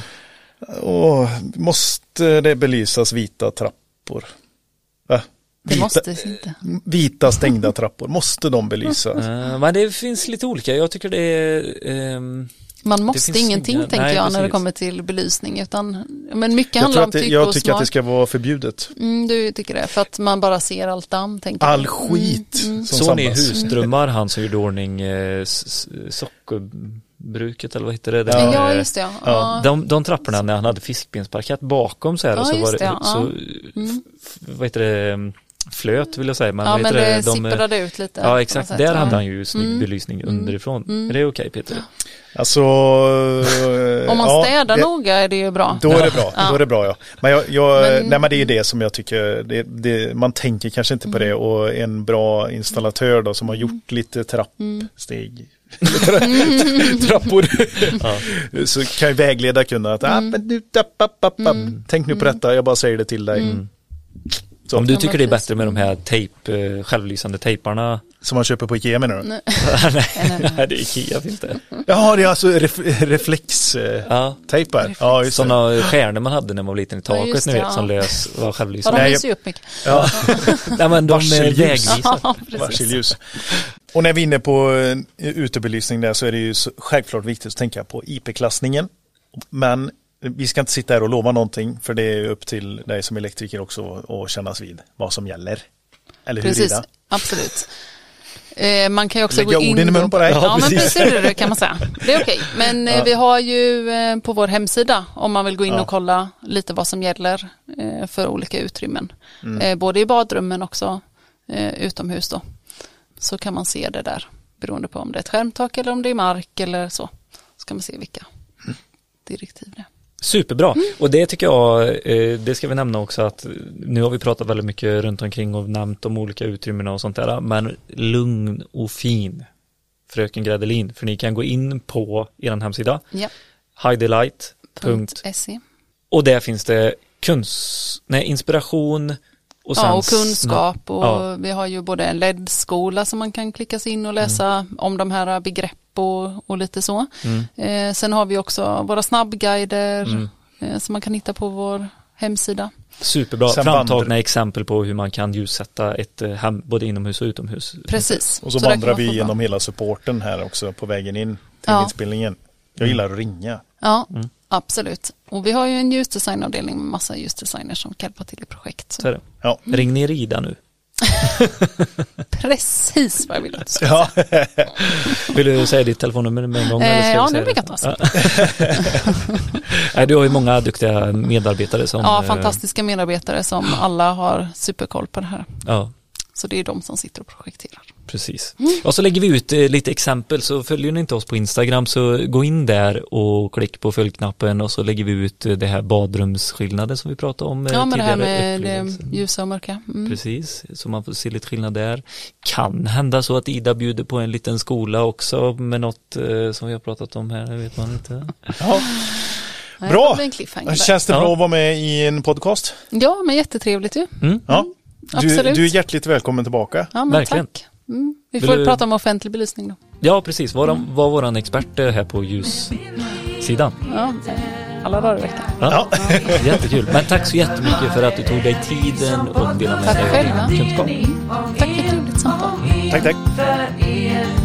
Och måste det belysas vita trappor? Det måste inte. Vita stängda trappor, måste de belysas? Men det finns lite olika, jag tycker det är... Man måste ingenting tänker jag när det kommer till belysning utan men mycket handlar om tycke och smak. Jag tycker att det ska vara förbjudet. Du tycker det, för att man bara ser allt damm tänker all skit som så ni husdrömmar, han som gjorde ordning sockerbruket eller vad heter det? Ja, just det. Ja. De trapporna när han hade fiskbensparkett bakom så här och så var det så vad heter det, flöt vill jag säga. Men men det sipprade ut lite. Ja, exakt. Där hade han ju snygg belysning underifrån. Är det okej, Peter? Alltså... Om man städar noga är det ju bra. Då är det bra, då är det bra, ja. Men nej, men det är ju det som jag tycker, man tänker kanske inte på det, och en bra installatör då som har gjort lite trappsteg trappor så kan ju vägleda kunna att men du, tänk nu på detta, jag bara säger det till dig. Så. Om du tycker det är bättre med de här självlysande tejparna som man köper på Ikea, menar du? Nej, det är Ikea finns det. Ja, det är alltså reflextejpar. Ja, just sådana stjärnor man hade när man var liten i taket, ni vet, som var självlysande. Ja, de lyser ju upp mycket. Ja. Nej, men de är vägvisar. Varselljus. Och när vi är inne på utebelysning där, så är det ju självklart viktigt att tänka på IP-klassningen. Men vi ska inte sitta här och lova någonting, för det är upp till dig som elektriker också att kännas vid vad som gäller. Eller hur? Precis, absolut. Man kan ju också lägga gå in orden i munnen på dig. Ja, men precis det kan man säga. Det är okej. Men vi har ju på vår hemsida, om man vill gå in och kolla lite vad som gäller för olika utrymmen. Både i badrummen också utomhus då. Så kan man se det där, beroende på om det är ett skärmtak eller om det är mark eller så. Så kan man se vilka direktiv det är. Superbra. Och det tycker jag, det ska vi nämna också, att nu har vi pratat väldigt mycket runt omkring och nämnt de olika utrymmena och sånt där, men lugn och fin, fröken Gredelin, för ni kan gå in på er hemsida, hidelight.se, och där finns det inspiration och, och kunskap, och vi har ju både en LED-skola som man kan klicka sig in och läsa om de här begrepp och lite så. Sen har vi också våra snabbguider som man kan hitta på vår hemsida. Superbra, framtagna exempel på hur man kan ljussätta ett hem både inomhus och utomhus. Precis. Och så vandrar vi genom hela supporten här också på vägen in till inspelningen. Jag gillar att ringa. Ja, absolut. Och vi har ju en ljusdesignavdelning med massa ljusdesigners som kan hjälpa till i projekt. Så är det. Ja. Ring ner Ida nu. Precis vad jag vill. Ja. Vill du säga ditt telefonnummer med en gång? Ja, nu blir det du har ju många duktiga medarbetare som... Ja, fantastiska medarbetare som alla har superkoll på det här. Ja. Så det är de som sitter och projekterar. Precis. Och så lägger vi ut lite exempel, så följer ni inte oss på Instagram så gå in där och klick på följknappen, och så lägger vi ut det här badrumsskillnaden som vi pratade om tidigare. Ja, men det här med det ljusa och mörka. Precis, så man får se lite skillnad där. Kan hända så att Ida bjuder på en liten skola också med något som vi har pratat om här, vet man inte. Ja. Bra! Känns det bra att vara med i en podcast? Ja, men jättetrevligt ju. Ja. Du är hjärtligt välkommen tillbaka. Ja, men verkligen. Tack. Vi får prata om offentlig belysning då. Ja, precis. Var våran expert här på ljussidan. Ja, alla dagar i veckan. Ja. Jättekul. Men tack så jättemycket för att du tog dig tiden och delade med dig av din kunskap. Tack för ett trevligt samtal. Tack.